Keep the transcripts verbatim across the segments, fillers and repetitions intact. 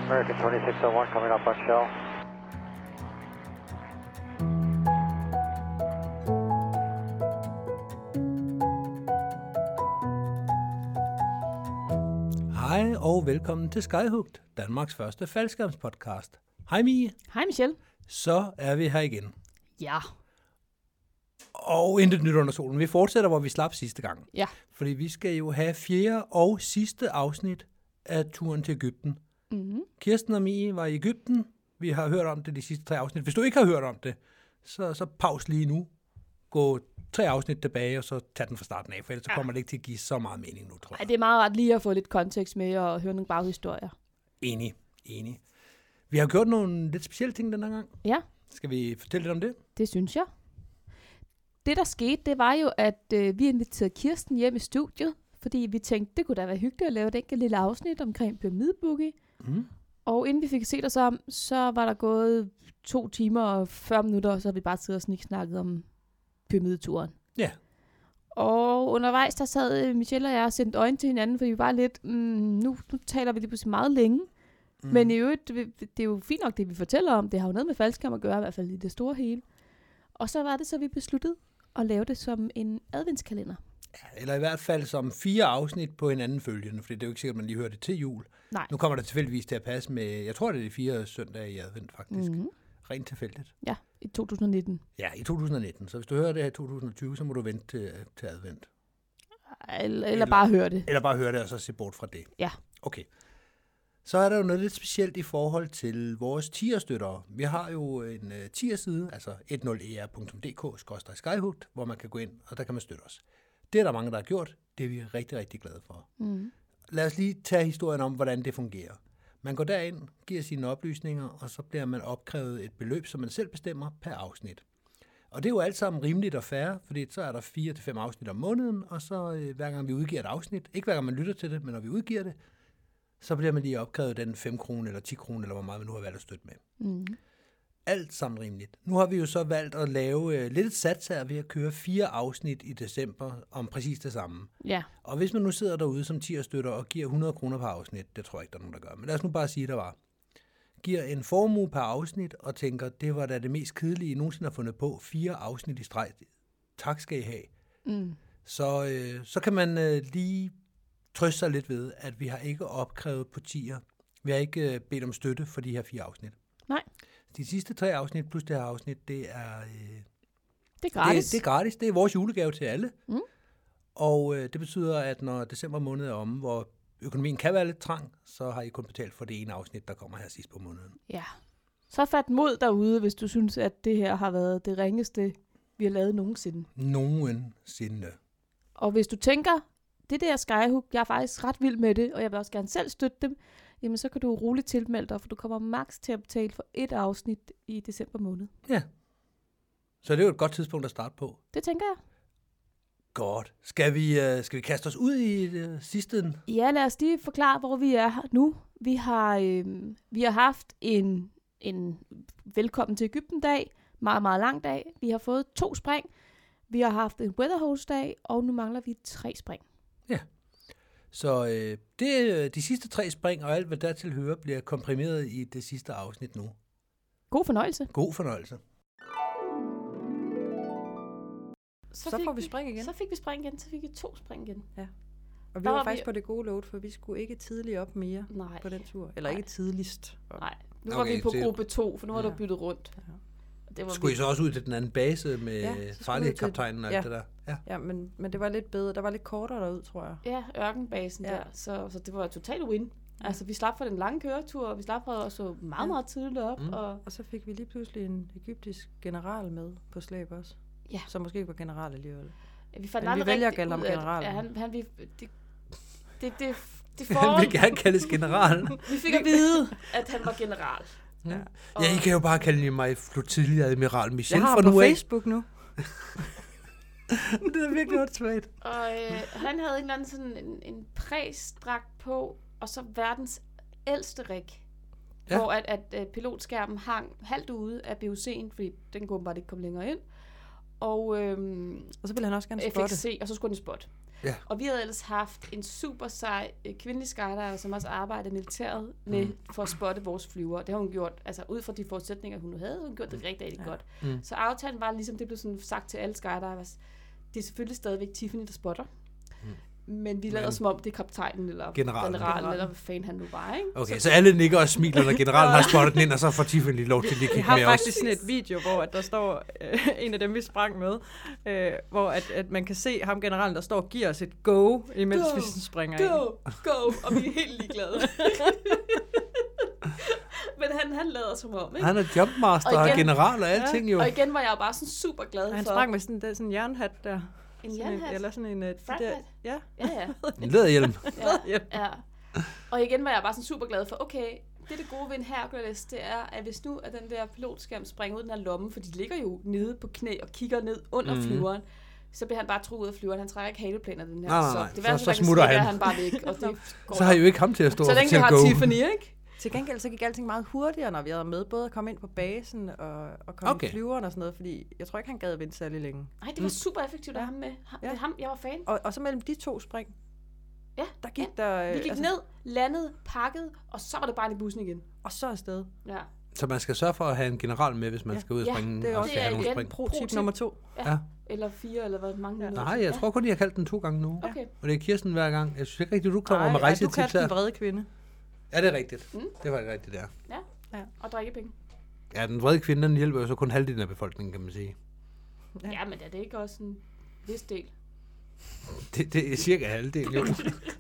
American twenty-six oh one coming up on shell. Hej og velkommen til Skyhooked, Danmarks første faldskærmspodcast. Hej Mie. Hej Michelle. Så er vi her igen. Ja. Og intet nyt under solen. Vi fortsætter, hvor vi slap sidste gang. Ja. Fordi vi skal jo have fjerde og sidste afsnit af turen til Egypten. Mm-hmm. Kirsten og Mie var i Egypten. Vi har hørt om det de sidste tre afsnit. Hvis du ikke har hørt om det, så, så pause lige nu. Gå tre afsnit tilbage, og så tag den fra starten af, for ellers ja. så kommer det ikke til at give så meget mening nu, tror jeg. Ej, det er meget ret lige at få lidt kontekst med og høre nogle baghistorier. Enig, enig. Vi har gjort nogle lidt specielle ting den her gang. Ja. Skal vi fortælle lidt om det? Det synes jeg. Det, der skete, det var jo, at øh, vi inviterede Kirsten hjem i studiet, fordi vi tænkte, det kunne da være hyggeligt at lave et enkelt lille afsnit omkring pyramideboogie. Mm. Og inden vi fik set os om, så var der gået to timer og fyrre minutter, og så har vi bare siddet og sniksnakket om pyramideturen. Ja. Og undervejs, der sad Michelle og jeg og sendte øjne til hinanden, fordi vi var lidt, mm, nu, nu taler vi lige pludselig meget længe. Mm. Men i øvrigt, det, det er jo fint nok, det vi fortæller om. Det har jo noget med faldskærm at gøre, i hvert fald i det store hele. Og så var det så, vi besluttede at lave det som en adventskalender. Ja, eller i hvert fald som fire afsnit på hinanden følgende, fordi det er jo ikke sikkert, at man lige hører det til jul. Nej. Nu kommer der tilfældigvis til at passe med, jeg tror, det er de fire søndage i advent, faktisk. Mm-hmm. Rent tilfældigt. Ja, i to tusind nitten. Ja, i to tusind nitten. Så hvis du hører det her i to tusind tyve, så må du vente til, til advent. Eller, eller, eller bare høre det. Eller bare høre det, og så se bort fra det. Ja. Okay. Så er der jo noget lidt specielt i forhold til vores tierstøttere. Vi har jo en uh, tier-side, altså et nul e r punktum d k skråstreg skyhooked, hvor man kan gå ind, og der kan man støtte os. Det er der mange, der har gjort. Det er vi rigtig, rigtig glade for. Mm. Lad os lige tage historien om, hvordan det fungerer. Man går derind, giver sine oplysninger, og så bliver man opkrævet et beløb, som man selv bestemmer per afsnit. Og det er jo alt sammen rimeligt og fair, fordi så er der fire til fem afsnit om måneden, og så øh, hver gang vi udgiver et afsnit, ikke hver gang man lytter til det, men når vi udgiver det, så bliver man lige opkrævet den fem kroner eller ti kroner, eller hvor meget man nu har valgt at støtte med. Mm. Alt sammen rimeligt. Nu har vi jo så valgt at lave øh, lidt et sats her ved at køre fire afsnit i december om præcis det samme. Ja. Og hvis man nu sidder derude som tierstøtter og giver hundrede kroner per afsnit, det tror jeg ikke, der er nogen, der gør, men lad os nu bare sige, der var, giver en formue per afsnit og tænker, det var da det mest kedelige, I nogensinde har fundet på, fire afsnit i streg. Tak skal I have. Mm. Så, øh, så kan man øh, lige trøste sig lidt ved, at vi har ikke opkrævet på tier. Vi har ikke øh, bedt om støtte for de her fire afsnit. Nej. De sidste tre afsnit plus det her afsnit, det er, øh, det er gratis. Det, det er gratis. Det er vores julegave til alle. Mm. Og øh, det betyder, at når december måned er omme, hvor økonomien kan være lidt trang, så har I kun betalt for det ene afsnit, der kommer her sidst på måneden. Ja. Så fat mod derude, hvis du synes, at det her har været det ringeste, vi har lavet nogensinde. Nogensinde. Og hvis du tænker, det der Skyhook, jeg er faktisk ret vild med det, og jeg vil også gerne selv støtte dem, jamen så kan du roligt tilmelde dig, for du kommer maks til at betale for et afsnit i december måned. Ja. Så det er jo et godt tidspunkt at starte på. Det tænker jeg. Godt. Skal vi, uh, skal vi kaste os ud i det sidste? Ja, lad os lige forklare, hvor vi er nu. Vi har, øh, vi har haft en, en velkommen til Egypten-dag, meget, meget lang dag. Vi har fået to spring. Vi har haft en weatherhost-dag, og nu mangler vi tre spring. Ja. Så øh, det, de sidste tre spring og alt, hvad dertil hører, bliver komprimeret i det sidste afsnit nu. God fornøjelse. God fornøjelse. Så, så får vi spring igen. Så fik vi spring igen. Så fik vi to spring igen. Ja. Og vi Der var, var faktisk vi... på det gode load, for vi skulle ikke tidligt op mere Nej. på den tur. Eller Nej. ikke tidligst. Op. Nej, nu okay, var vi på det... gruppe to, for nu har ja. du byttet rundt. Ja. Det var skulle vi... I så også ud til den anden base med ja, farligkaptajnen og alt ja. det der? Ja, ja men, men det var lidt bedre. Der var lidt kortere derud, tror jeg. Ja, ørkenbasen ja. der. Så, så det var total win. Ja. Altså, vi slap for den lange køretur, og vi slap for at så meget, ja. meget tidligt op. Mm. Og... og så fik vi lige pludselig en egyptisk general med på slæb også. Ja. Som måske ikke var general alligevel. Ja, vi fandt men vi vælger at kalde ham general. Ja, han, han, vi, det, det, det, det forhold... Han vil gerne kaldes general. Vi fik at vide, at han var general. Ja. Og... ja, I kan jo bare kalde mig flotille admiral Michel fra nu af. Jeg har på Facebook nu. Det er virkelig også svært. Og øh, han havde en eller anden sådan en, en præsdragt på, og så verdens ældste rig. Ja. Hvor at, at, at pilotskærmen hang halvt ude af B U C'en, fordi den kunne bare ikke komme længere ind. Og, øhm, og så ville han også gerne spotte. F X C, og så skulle han spotte. Ja. Og vi havde ellers haft en super sej øh, kvindelig skydiver, som også arbejdede i militæret med Mm. for at spotte vores flyver. Det har hun gjort, altså ud fra de forudsætninger, hun nu havde, hun gjort det rigtig, rigtig Ja. godt. Mm. Så aftalen var ligesom, det blev sådan sagt til alle skydivers, det er selvfølgelig stadigvæk Tiffany, der spotter. Mm. Men vi lader Men- som om, det er kaptajnen, eller Generalen. generalen, eller hvad fanden han nu var, ikke? Okay, så alle nikker og smiler, når generalen har spottet den ind, og så får Tiffany lov til lige at Vi kigge har med faktisk os. sådan et video, hvor at der står øh, en af dem, vi sprang med, øh, hvor at, at man kan se ham generalen, der står og giver os et go, imens Go, vi sådan springer ind. Go, go, og vi er helt ligeglade. Men han, han lader som om, ikke? Han er jumpmaster Og og igen- general og alting jo. Og igen var jeg jo bare sådan super glad Og han for sprang med sådan, der, sådan en jernhat der. en Sådan jernhat. Eller sådan en... øh, de Front der, hat. ja. Ja, ja. En læderhjelm. ja, ja. Og igen var jeg bare sådan super glad for, okay, det er det gode ved en Hercules, det er, at hvis nu at den der pilotskærm springer ud den her lomme, for de ligger jo nede på knæ og kigger ned under Mhm. mm. flyveren, så bliver han bare truet ud af flyveren. Han trækker ikke haleplaner, den her. Nej, nej, så nej. det Så- værste, så der kan smutter ske, er, han. at han bare væk. Og det går Så har I jo ikke ham til at stå så og længe vi til at har go. Tiffany, ikke? Til gengæld så gik alting meget hurtigere, når vi havde med både at komme ind på basen og, og komme Okay. okay. i flyveren og sådan noget, fordi jeg tror ikke, han gad at vente særlig længe. Nej, det var super effektivt at Ja. have ham med. Ham, Ja. ham, jeg var fan. Og, og så mellem de to spring, Ja, der gik ja. der... Vi gik altså, ned, landede, pakkede, og så var det bare ind i bussen igen. Og så afsted. Ja. Så man skal sørge for at have en general med, hvis man Ja. skal ud og Ja, springe det er og også- skal det have er nogle igen spring. Pro-tip Pro-tip. nummer to. Ja. Ja. Eller fire, eller hvad mange Ja. minutter. Nej, jeg tror kun, de har kaldt den to gange nu. Okay. Og det er Kirsten hver gang. Jeg synes ikke rigtigt, du kommer med Nej, rejse du kaldte til den vrede kvinde. Ja, det er rigtigt. Mm. Det var rigtigt, der. Og drikkepenge. Ja, den vrede kvinde, den hjælper jo så kun halvdelen af befolkningen, kan man sige. Ja. Ja, men er det ikke også en vis del? Det, det er cirka halvdelen, jo.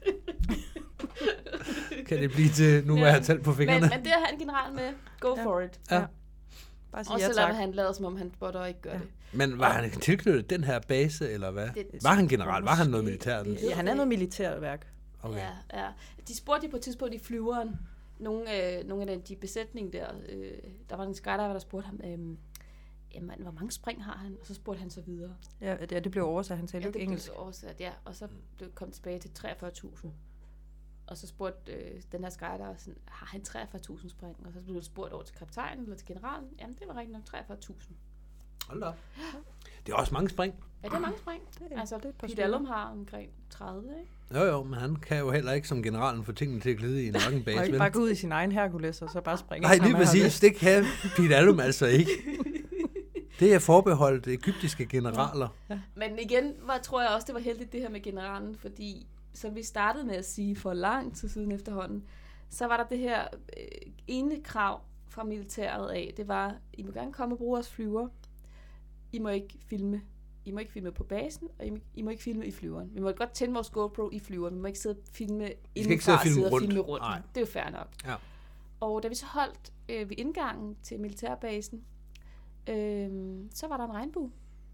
Kan det blive til, nu er Ja. jeg talt på fingrene. Men, men det er han general med. Go Ja. for it. Ja. Bare sige Og ja selvom tak. han lader som om han spotter og ikke gør Ja. det. Men var han tilknyttet den her base, eller hvad? Det- Var han general? Var han noget Måske. militært? Vi ved Ja, han er noget militærværk. Okay. Ja, ja. De spurgte de på et tidspunkt i flyveren, nogle, øh, nogle af de besætning der, øh, der var en skydiver, der spurgte ham, øh, jamen, hvor mange spring har han? Og så spurgte han så videre. Ja, det, det blev oversat. Han talte Ja, jo det ikke engelsk. blev oversat, ja. Og så blev kom tilbage til treogfyrre tusind. Og så spurgte øh, den her skydiver, sådan, har han treogfyrre tusind spring? Og så blev det spurgt over til kaptajnen eller til generalen. Jamen, det var rigtig nok treogfyrre tusind. Hold da op. Det er også mange spring. Ja, det er mange spring. Det er- Altså, det er et par Pete stykker. Allum har omkring tredive, ikke? Jo jo, men han kan jo heller ikke som generalen få tingene til at glide i en ørken Og base, ikke vel? bare gå ud i sin egen Hercules, og så bare springe. Nej, ind, når lige man har præcis. lyst. Det kan Pete Allum altså ikke. Det er forbeholdt egyptiske generaler. Men igen var, tror jeg også, det var heldigt det her med generalen, fordi som vi startede med at sige for lang tid siden efterhånden, så var der det her øh, ene krav fra militæret af, det var, I må gerne komme og bruge vores flyver, I må ikke filme. I må ikke filme på basen, og I må, I må ikke filme i flyveren. Vi må godt tænde vores GoPro i flyveren, vi må ikke sidde og filme skal ikke indenfra sidde og filme sidde og rundt. filme rundt. Nej. Det er jo fair nok. Ja. Og da vi så holdt øh, ved indgangen til militærbasen, øh, så var der en regnbue.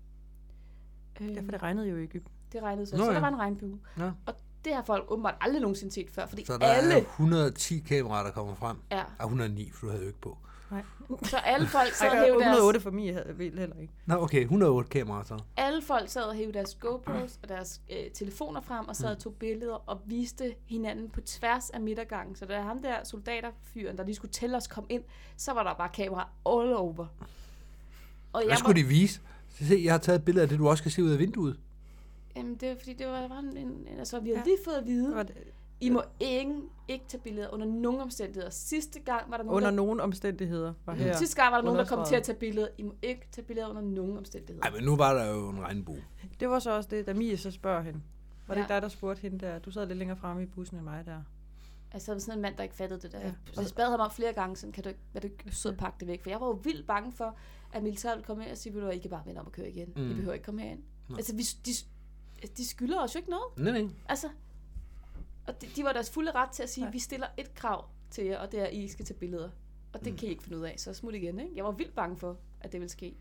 Øh, Ja, for det regnede jo i Egypten. det regnede så, Nå så ja. der var en regnbue. Ja. Og det har folk åbenbart aldrig nogensinde set før, fordi Så der alle, er et hundrede og ti kameraer, der kommer frem. ja, Ah, et hundrede og ni, for du havde jo ikke på. så alle folk sad Ej, og hævde et hundrede og otte deres, for mig havde vil heller ikke. Nå, okay, et hundrede og otte kameraer så. alle folk sad og hævde deres GoPros og deres øh, telefoner frem og sad og tog billeder og viste hinanden på tværs af midtergangen. Så da ham der soldaterfyren, der lige skulle tælle os kom ind, så var der bare kamera all over. Og Hvad jeg skulle de vise? Se, jeg har taget et billede af det, du også kan se ud af vinduet. Jamen, det er fordi, det var, var en, en, altså, vi havde Ja. lige fået at vide, Det var det- I må ikke, ikke tage billeder under nogen omstændigheder. Sidste gang var der nogen, Under der, nogle omstændigheder var her. sidste gang var der nogen, der kom understreget. til at tage billeder. I må ikke tage billeder under nogen omstændigheder. Nej, men nu var der jo en regnbue. Det var så også det, da Mie så spørger hende. Var det Ja. ikke dig, der spurgte hende der? Du sad lidt længere fremme i bussen end mig der. Altså, der var sådan en mand, der ikke fattede det der. Ja. Ja. Jeg bad ham om flere gange, sådan, kan du ikke, vil du ikke sød pakke det væk? For jeg var jo vildt bange for, at militæret ville komme ind og sige, at I kan bare vende om og køre igen. Mm. Mm. I behøver ikke komme herind. Nej. Altså, vi, de, de skylder os jo ikke noget. Nej, nej. Altså, og de, de var deres fulde ret til at sige, Nej. vi stiller et krav til jer, og det er, at I skal tage billeder. Og det Mm. kan I ikke finde ud af, så smut igen, ikke? Jeg var vildt bange for, at det ville ske.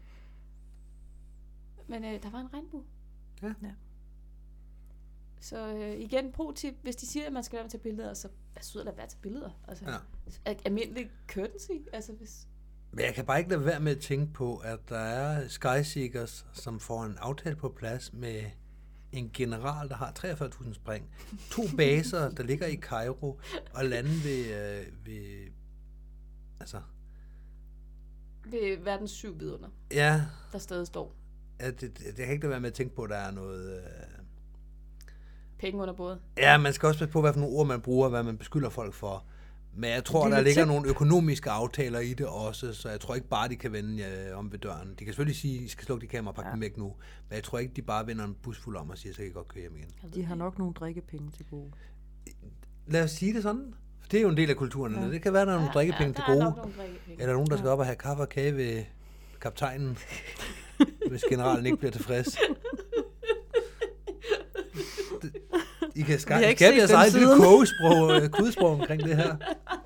Men øh, der var en regnbue. Ja. Ja. Så øh, igen, pro-tip, hvis de siger, at man skal lade være med at tage billeder, så vær sød at lade være at tage billeder. Altså, Ja. ja. Almindelig courtesy, altså hvis... Men jeg kan bare ikke lade være med at tænke på, at der er Skyseekers, som får en aftale på plads med en general, der har treogfyrre tusind spring. To baser, der ligger i Cairo, og lande ved, øh, ved altså, Ved verdens syv vidunder, ja, der stadig står. at det, det, jeg kan ikke lade være med at tænke på, at der er noget, øh, penge under bordet. Ja, man skal også passe på, hvad for nogle ord man bruger, hvad man beskylder folk for. Men jeg tror, Lille der ligger tip. nogle økonomiske aftaler i det også, så jeg tror ikke bare, de kan vende øh, om ved døren. De kan selvfølgelig sige, at I skal slukke de kameraer og pakke Ja. dem væk nu, men jeg tror ikke, de bare vender en bus fuld om og siger, så kan I godt køre hjem igen. De har nok nogle drikkepenge til gode. Lad os sige det sådan. Det er jo en del af kulturen. Ja. Det kan være, der er nogle drikkepenge ja, til der er gode. nok nogle drikkepenge. Eller nogen, der skal op og have kaffe og kage ved kaptajnen, hvis generalen ikke bliver tilfreds. Det, I kan Vi har skabe ikke set jeres den eget lille siden. kogesprog, øh, kudsprog omkring det her.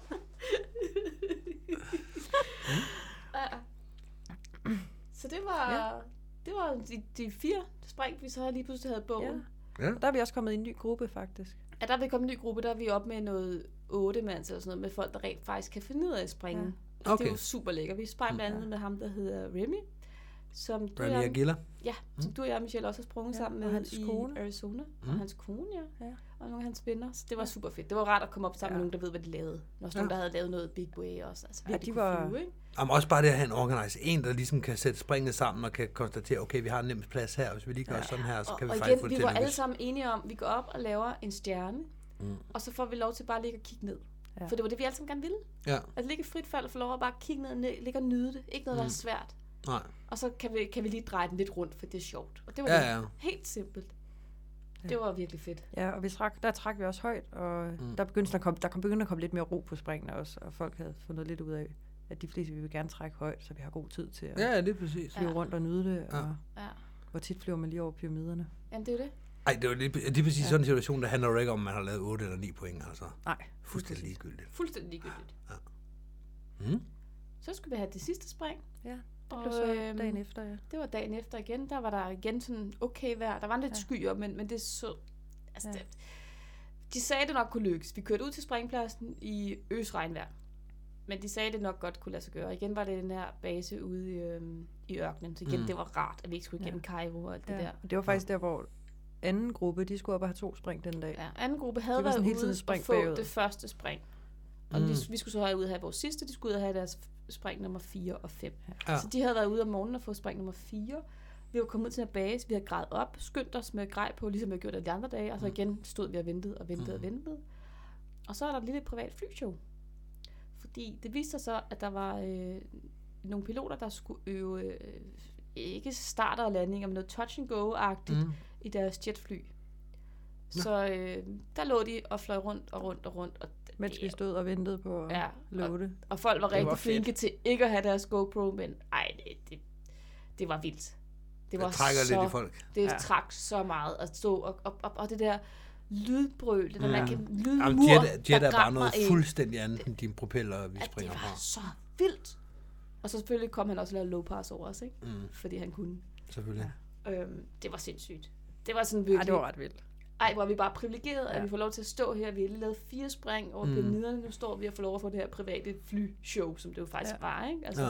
Så det var, Ja. det var de, de fire spring, vi så lige pludselig havde bogen. Ja. Ja. Der er vi også kommet i en ny gruppe, faktisk. Ja, der er vi kommet en ny gruppe, der er vi op med noget otte mands eller sådan noget, med folk, der rent faktisk kan finde ud af at springe. Ja. Det Okay. er jo super lækker. Vi sprang blandt andet med ham, der hedder Remy, som du, og Remy jeg, Agila. ja, som du og jeg og Michelle også har sprunget Ja, sammen og med hans i kone. Arizona. Mm. Og hans kone, ja. Ja. Og nogle af hans venner. Så det var super fedt. Det var rart at komme op sammen Ja. med nogen, der ved, hvad de lavede. Også Ja. nogen, der havde lavet noget Big Way også. Altså, Ja, virkelig de kunne var- flyve, ikke? Jamen også bare det at have en organizer. En, der ligesom kan sætte springene sammen og kan konstatere, okay, vi har en nem plads her. Hvis vi lige gør Ja. sådan her, så Og, kan vi og faktisk igen, få det vi til var at alle lykkes. sammen enige om, at vi går op og laver en stjerne, Mm. og så får vi lov til bare at ligge og kigge ned. Ja. For det var det, vi alle sammen gerne ville. Ja, At ligge i frit fald og få lov at bare kigge ned og ned, ligge og nyde det. Ikke noget, der er Mm. svært. nej. Og så kan vi, kan vi lige dreje den lidt rundt, for det er sjovt. Og det var Ja, det. ja. Helt simpelt. Ja. Det var virkelig fedt. Ja, og vi trak, der trak vi også højt, og Mm. der begyndte at komme, der kom, begyndte at komme lidt mere ro på springene også, og folk havde fundet lidt ud af, at de fleste vi vil gerne trække højt, så vi har god tid til at Ja, det er præcis. flyve Ja. rundt og nyde det, Ja. og Ja. hvor tit flyver man lige over pyramiderne. Jamen, det er jo det. Ej, det var lige, lige præcis Ja. sådan en situation, der handler jo ikke om, man har lavet otte eller ni point, altså. Nej, Fuldstændig ligegyldigt. Fuldstændig ligegyldigt. Mm. Så skulle vi have det sidste spring. Ja, det Og, blev så øhm, dagen efter, ja. Det var dagen efter igen. Der var der igen sådan okay vejr. Der var lidt Ja. skyer, men, men det så... Altså, Ja. det, de sagde, det nok kunne lykkes. Vi kørte ud til springpladsen i øsregnvejr. Men de sagde, det nok godt kunne lade sig gøre. Igen var det den her base ude i, øhm, i ørkenen. Så igen, Mm. det var rart, at vi ikke skulle igennem Ja. Cairo og alt det ja. der. Og det var faktisk der, hvor anden gruppe, de skulle op og have to spring den dag. Ja, anden gruppe havde Det var været sådan hele ude tiden og spring få bagud. det første spring. Og Mm. vi, vi skulle så have ud og have vores sidste. De skulle ud og have deres spring nummer fire og fem. Ja. Så de havde været ude om morgenen og fået spring nummer fire. Vi var kommet ud til en base, vi havde grædet op, skyndt os med grej på, ligesom vi havde gjort det de andre dage, og så igen stod vi og ventede og ventede mm. og ventede. Og så er der et lille privat flyshow. Fordi det viste sig så, at der var øh, nogle piloter, der skulle øve øh, ikke starter og landinger, men noget touch and go-agtigt Mm. i deres jetfly. Så øh, der lå de og fløj rundt og rundt og rundt. Og, Mens vi stod og ventede på at ja, love det. og folk var Det rigtig var flinke til ikke at have deres GoPro, men ej, det, det, det var vildt. Det var Det trækker så, lidt i folk. Det Ja. ja. trak så meget at stå og, og, og, og det der lydbrøl, det der, Mm. man kan Jamen, lydmur, jet, jet der er bare rammer noget en. fuldstændig andet end dine propeller, vi At springer det fra. var så vildt. Og så selvfølgelig kom han også og lavede low pass over os, ikke? Mm. Fordi han kunne. Selvfølgelig. Øhm, det var sindssygt. Det var sådan Ja, virkelig... det var ret vildt. Ej, hvor er vi bare privilegerede, Ja. at vi får lov til at stå her. Vi har lige lavet fire spring over Mm. mm. pyramiderne. Nu står vi og får lov at få det her private flyshow, som det jo faktisk Ja. ja. var, ikke? Altså, Ja. ja.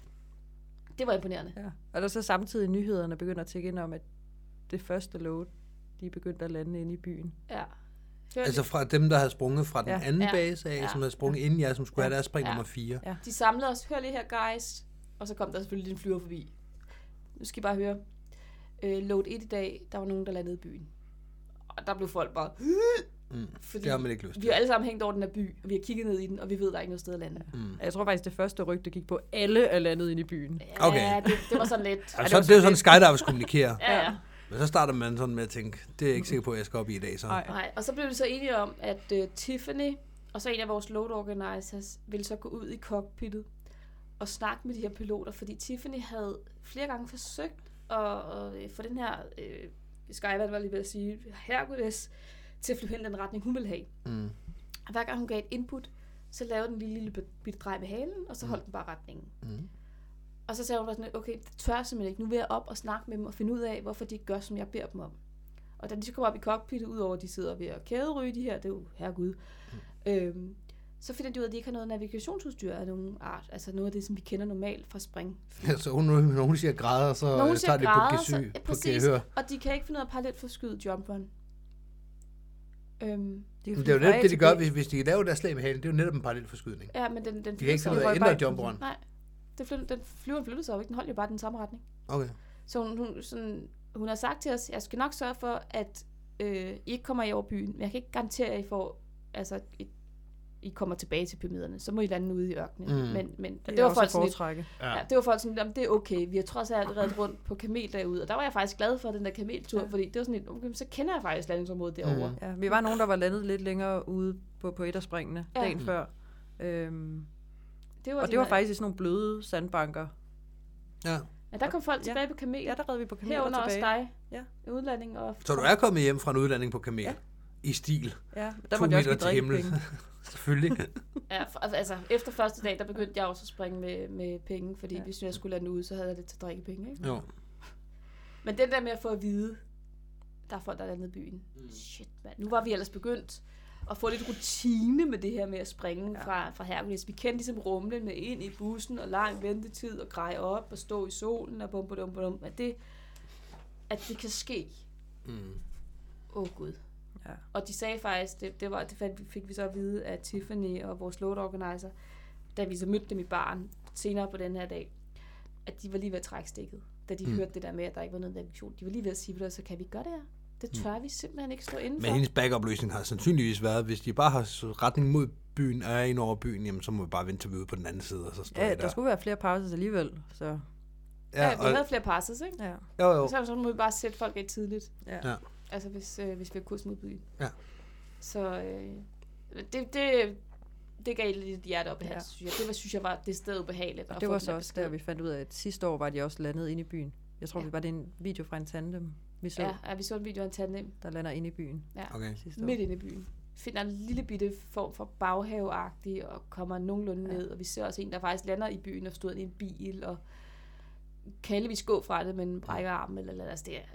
Det var imponerende. Ja. Og der så samtidig nyhederne begynder at tække ind om, at det første load, de er begyndt at lande inde i byen. Ja. Hørte, Altså fra dem, der havde sprunget fra den Ja. anden Ja. base af, Ja. som havde sprunget inden jer, som skulle Ja. have deres spring Ja. nummer fire. Ja. de samlede os. Hør lige her, guys. Og så kom der selvfølgelig en flyver forbi. Nu skal I bare høre. Øh, load et i dag, der var nogen, der landede i byen. Og der blev folk bare... Mm. Fordi Det har man ikke lyst vi til. har alle sammen hængt over den her by, og vi har kigget ned i den, og vi ved, der er ikke noget sted at lande. Mm. Jeg tror faktisk, det første rygte gik på, alle er landet inde i byen. Ja, Okay. det, det var sådan lidt... Altså, det, det er jo sådan, skydivers kommunikerer. Ja, ja. Men så starter man sådan med at tænke, det er jeg ikke sikker på, at jeg skal op i i dag. Så. Nej. Nej, og så blev vi så enige om, at uh, Tiffany og så en af vores load organizers ville så gå ud i cockpittet og snakke med de her piloter, fordi Tiffany havde flere gange forsøgt at, at få den her øh, Skyvert, var lige ved at sige, Hercules, til at flyve hen den retning, hun ville have. Mm. Og hver gang hun gav et input, så lavede den en lille, lille bitte drej med halen, og så holdt den bare retningen. Mm. Og så sagde hun bare sådan, okay, det tør jeg simpelthen ikke. Nu vil jeg op og snakke med dem og finde ud af, hvorfor de ikke gør, som jeg beder dem om. Og da de så kommer op i cockpittet, udover at de sidder ved at kæderyge de her, det er jo herregud, mm. øhm, så finder de ud af, at de ikke har noget navigationsudstyr af nogen art. Altså noget af det, som vi kender normalt fra spring. Ja, så hun, når hun siger grader, så Når hun tager de grader, på så, gesy, ja, på præcis, gehør. og de kan ikke finde ud af parallelforskyde jump run. Øhm, Men det er jo netop det, de gør, hvis, hvis de laver deres slag med halen. Det er jo netop en parallel forskydning. ja, men den, den De kan ikke sig- finde ud af at ændre jump run. Nej, den, flyt, den flyver flyttede sig jo ikke. Den holdt jo bare den samme retning. Okay. Så hun, hun, sådan, hun har sagt til os, jeg skal nok sørge for, at øh, I ikke kommer i over byen, men jeg kan ikke garantere, at I får, altså, et, I kommer tilbage til pyramiderne. Så må I lande ude i ørkenen. Mm. Men, men Det, det var også folk at sådan lidt, foretrække. Ja. ja, det var folk sådan, jamen, det er okay. Vi har trods alt reddet rundt på kamel derude, og der var jeg faktisk glad for den der kameltur, Ja. fordi det var sådan lidt, okay, så kender jeg faktisk landingsområdet derovre. Mm. Ja, vi var nogen, der var landet lidt længere ude på, på et af springene Ja. dagen Mm. før. Øhm, Det var og de det var der- faktisk i sådan nogle bløde sandbanker. Ja. Ja, der kom folk Ja. tilbage på kamel. Ja, der red vi på kameler Herunder også tilbage. dig. Ja. I udlanding og... Så du er kommet hjem fra en udlanding på kamel? Ja. I stil? Ja, der To måtte jeg også meter give til drikkepenge. himmel. Selvfølgelig. Ja, for, altså, efter første dag, der begyndte jeg også at springe med, med penge, fordi Ja. ja. hvis jeg skulle lande ude, så havde jeg lidt til drikkepenge, ikke? Jo. Men den der med at få at vide, der er folk, der er landet i byen. Shit, mand. Nu var vi ellers begyndt at få lidt rutine med det her med at springe Ja. fra, fra Hercules. Vi kendte ligesom rumlen med ind i bussen, og lang ventetid, og greje op, og stå i solen, og bum, bum, bum, at det, at det kan ske. Mm. Åh, oh, Gud. Ja. Og de sagde faktisk, det, det, var, det fandt, fik vi så at vide af Tiffany og vores load organizer, da vi så mødte dem i baren senere på den her dag, at de var lige ved at trække stikket, da de Mm. mm. hørte det der med, at der ikke var noget navigation. De var lige ved at sige, så kan vi gøre det her? Det tør mm. vi simpelthen ikke stå indenfor. Men hendes backup-løsning har sandsynligvis været, hvis de bare har retning mod byen, og er ind over byen, jamen så må vi bare vente til vi er ude på den anden side, og så står Ja, I der der. skulle være flere pauser alligevel, så Ja, ja, vi og, havde flere passes, ikke? ja. jo, jo. Så, så må vi bare sætte folk af tidligt, Ja. Ja. altså hvis, øh, hvis vi har kurs mod byen. Ja. Så øh, det, det, det gav lidt hjerte op i Ja. hals, synes jeg. Det var, synes jeg, var det sted ubehageligt. Og at det få var den så der også besked. der, vi fandt ud af, at sidste år var de også landet inde i byen. Jeg tror, Ja. det var det en video fra en tandem, vi så, Ja, ja, vi så en video af en tandem. der lander inde i byen Ja. Okay. sidste år. Midt inde i byen. Finder en lille bitte form for baghaveagtig og kommer nogenlunde Ja. ned. Og vi ser også en, der faktisk lander i byen og stod i en bil. Og kan vi gå fra det, men brækker armen eller eller altså det er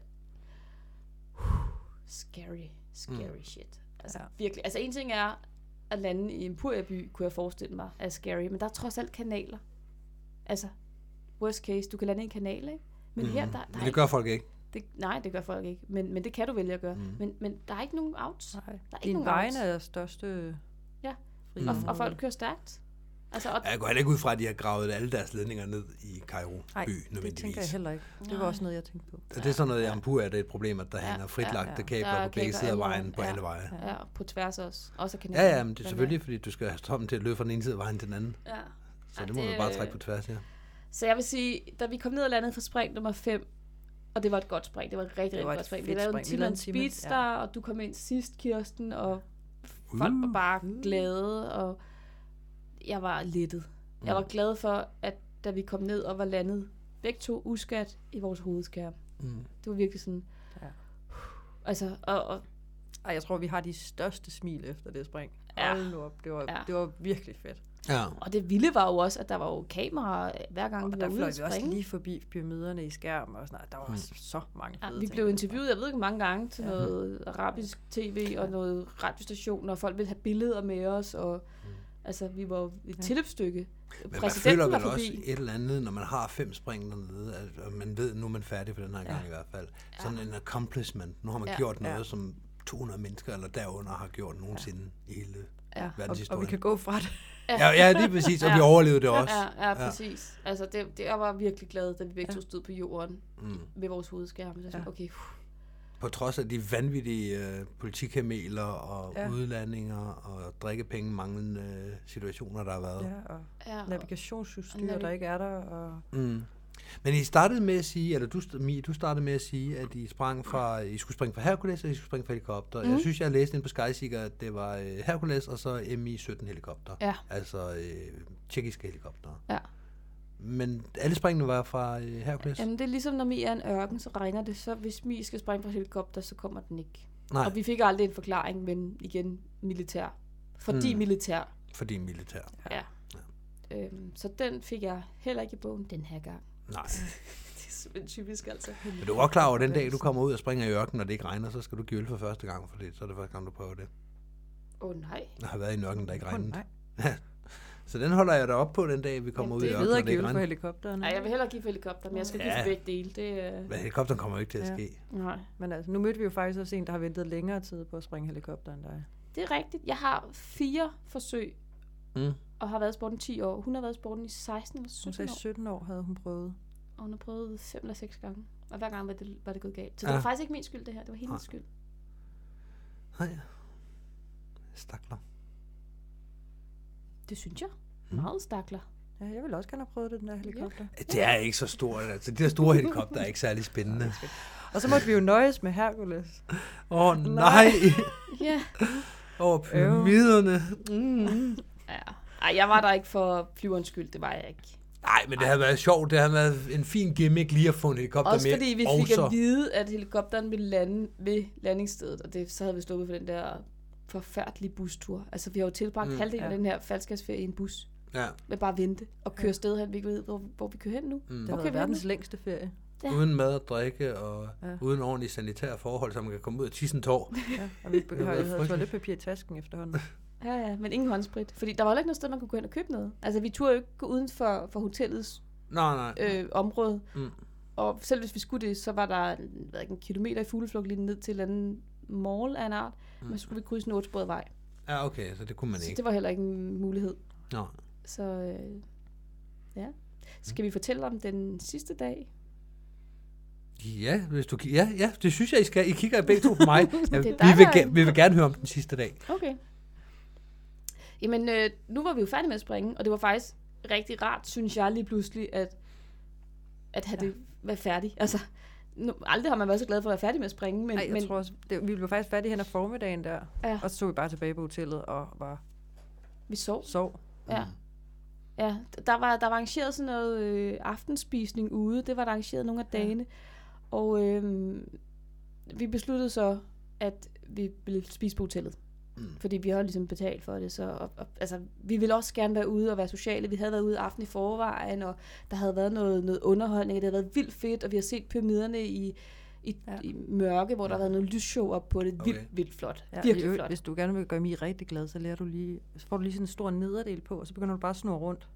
scary, scary Mm. shit. Altså Ja. virkelig. Altså en ting er at lande i Empuria by, kunne jeg forestille mig, er scary. Men der er trods alt kanaler. Altså, worst case, du kan lande i en kanal, ikke? Men Mhm. her, der, der Men er det ikke, gør folk ikke. det, nej, det gør folk ikke. Men, men det kan du vælge at gøre. Mm. Men, men der er ikke nogen outs. Nej. Der er ikke Din nogen vejen outs. er største Ja. frie Og, område. og folk kører stærkt. Altså, og, Ja, jeg går heller ikke ud fra, at de har gravet alle deres ledninger ned i Cairo Nej, by, det nødvendigvis. tænker jeg heller ikke. Det var Nej. også noget, jeg tænkte på. Er det sådan noget, i Ampur er det et problem, at der Ja, hænger fritlagte ja, ja. Der kabler er på begge kabler sider af alle vejen vejen. på Ja. alle veje? ja, og på tværs også. Også af Ja, ja, men det er Men, selvfølgelig, fordi du skal have strømmen til at løbe fra den ene side af vejen til den anden. Ja. Så Ja, det må det- man bare trække på tværs, ja. Så jeg vil sige, da vi kom ned og landede fra spring nummer fem, og det var et godt spring, det var et rigtig, rigtig var godt et spring. Vi fedt lavede en spring. Vi time lavede en en time, speedstar, og du kom ind sidst, Kirsten, og folk Uh. var bare glade, og jeg var lettet. Jeg var glad for, at da vi kom ned og var landet, begge to uskat i vores hovedskærm. Mm. Det var virkelig sådan... Ja. Altså, og, og Ej, jeg tror, vi har de største smil efter det spring. Ja. Hold nu op. Det var, Ja. det var virkelig fedt. Ja. Og det vilde var jo også, at der var jo kameraer hver gang, Og vi der var ude fløj at vi også springe. lige forbi pyramiderne i skærm og sådan noget. Der var Mm. så mange Ja, fede vi ting. blev interviewet, jeg ved ikke hvor mange gange, til Ja. noget arabisk tv og noget radiostation, og folk ville have billeder med os, og Mm. altså, vi var jo et Ja. tilløbsstykke. Men man Præsidenten føler var vel også forbi. et eller andet, når man har fem spring dernede, at man ved, nu er man færdig for den her Ja. gang i hvert fald. Sådan en accomplishment. Nu har man Ja. gjort noget, Ja. som to hundrede mennesker eller derunder har gjort nogensinde i hele Ja. Og, og verdenshistorien. vi kan gå fra det. Ja, ja, lige præcis, og vi Ja. overlevede det også. Ja, ja, præcis. Altså, det, det, jeg var virkelig glad, da vi begge Ja. to stod på jorden Mm. ved vores hovedskærm. Så jeg Ja. ja. okay, puh, På trods af de vanvittige øh, politikameler og Ja. ja. udlandinger og drikkepenge manglende øh, situationer, der har været. Ja, og ja, og, navigationsudstyr, Og navi- der ikke er der. Og Mm. Men I startede med at sige, eller du, Mie, du startede med at sige, at I sprang fra, I skulle springe fra Hercules, og I skulle springe fra helikopter. Mm. Jeg Mhm. synes, jeg læste ind på Skyseeker, at det var øh, Hercules og så M I sytten helikopter. Ja. Altså øh, tjekkiske helikopter. Ja. Men alle springene var fra øh, Hercules? Jamen, det er ligesom, når Mi er en ørken, så regner det. Så hvis Mi skal springe fra helikopter, så kommer den ikke. Nej, Og vi fik aldrig en forklaring, men igen, militær. Fordi Mm. militær. fordi militær. Ja. Øhm, så den fik jeg heller ikke i bogen den her gang. Nej. Det er simpelthen typisk, altså. Men du er godt klar over, at den dag, du kommer ud og springer i ørkenen, og det ikke regner, så skal du give øl for første gang, for det, så er det første gang, du prøver det. Åh oh, nej. Jeg har været i en ørken, der ikke Åh, regnede. nej. Så den holder jeg da op på den dag, vi kommer Jamen, ud det i er ørkenen, Videre og det ikke givet for regner. helikopteren. Nej, jeg vil hellere give for helikopter, men jeg skal give Ja. for begge dele. Det, øh, Men helikopteren kommer jo ikke til at Ja. ske. nej. Men altså, nu mødte vi jo faktisk også en, der har ventet længere tid på at springe helikopter end dig. Det er rigtigt. Jeg har fire forsøg, Mm. og har været i sporten ti år. Hun har været i sporten i seksten eller Hun sytten sagde, år, sytten år havde hun prøvet. og hun har prøvet fem eller seks gange. Og hver gang var det, var det gået galt. Så Ja. det var faktisk ikke min skyld, det her. Det var hendes Nej. skyld. Nej. Stakler. Det synes jeg. Mm. Meget stakler. Ja, jeg vil også gerne have prøvet det, den der helikopter. Det er ikke så stort. Altså, de der store helikopter er ikke særlig spændende. Og så måtte vi jo nøjes med Hercules. Åh, oh, nej. Ja. Over pyramiderne. Mm. Ja. Ej, jeg var der ikke for flyverens skyld. Det var jeg ikke. Nej, men det havde været sjovt. Det havde været en fin gimmick lige at få en helikopter Også med. fordi vi og fik så- at vide, at helikopteren ville lande ved landingsstedet, og det, så havde vi sluppet for den der forfærdelige bustur. Altså, vi har jo tilbragt Mm, mm, halvdelen ja. af den her faldskærmsferie i en bus. Ja. Med bare at vente og køre Ja. sted hen. Vi ikke ved, hvor, hvor vi kører hen nu. Mm. Det har Okay, været vi er verdens nu. længste ferie. Ja. Uden mad og drikke, og Ja. uden ordentlige sanitære forhold, så man kan komme ud af Tissentår. Ja, og vi Det har har været jo frygteligt. toiletpapir i tasken efterhånden. Ja, ja, men ingen håndsprit. Fordi der var heller ikke noget sted, man kunne gå hen og købe noget. Altså, vi turde jo ikke gå uden for, for hotellets Nej, nej. øh, område. Mm. Og selv hvis vi skulle det, så var der hvad, ikke, en kilometer i fugleflugt lige ned til en eller anden mall af en art. Mm. Men så skulle vi krydse en otte-sporet vej. Ja, okay, så det kunne man Så ikke. det var heller ikke en mulighed. Nå. Så øh, ja. Skal vi fortælle om den sidste dag? Ja, hvis du ki- ja, ja, det synes jeg, I skal. I kigger begge to på mig. Ja, Det vi, er dig, vil der- ge- vi vil gerne høre om den sidste dag. Okay. Jamen, øh, nu var vi jo færdige med at springe, og det var faktisk rigtig rart, synes jeg lige pludselig, at, at have Ja. det været færdig. Altså, nu, aldrig har man været så glad for at være færdig med at springe, men, Nej, jeg men tror også, det, vi blev faktisk færdige hen ad formiddagen der. Ja. Og så tog vi bare tilbage på hotellet og bare vi sov. sov. Ja. Ja, der var, der var arrangeret sådan noget øh, aftenspisning ude. Det var der arrangeret nogle af Ja. dagene. Og øh, vi besluttede så, at vi ville spise på hotellet. Mm. Fordi vi har ligesom betalt for det. Så, og, og, altså, vi ville også gerne være ude og være sociale. Vi havde været ude aften i forvejen, og der havde været noget, noget underholdning, og det havde været vildt fedt, og vi har set pyramiderne i, i, Ja. ja. i mørke, hvor der har været noget lysshow op på det. Vildt, Okay. vildt flot. Ja, Virkelig i øvrigt, flot. Hvis du gerne vil gøre mig rigtig glad, så, lærer du lige, så får du lige sådan en stor nederdel på, og så begynder du bare at snurre rundt.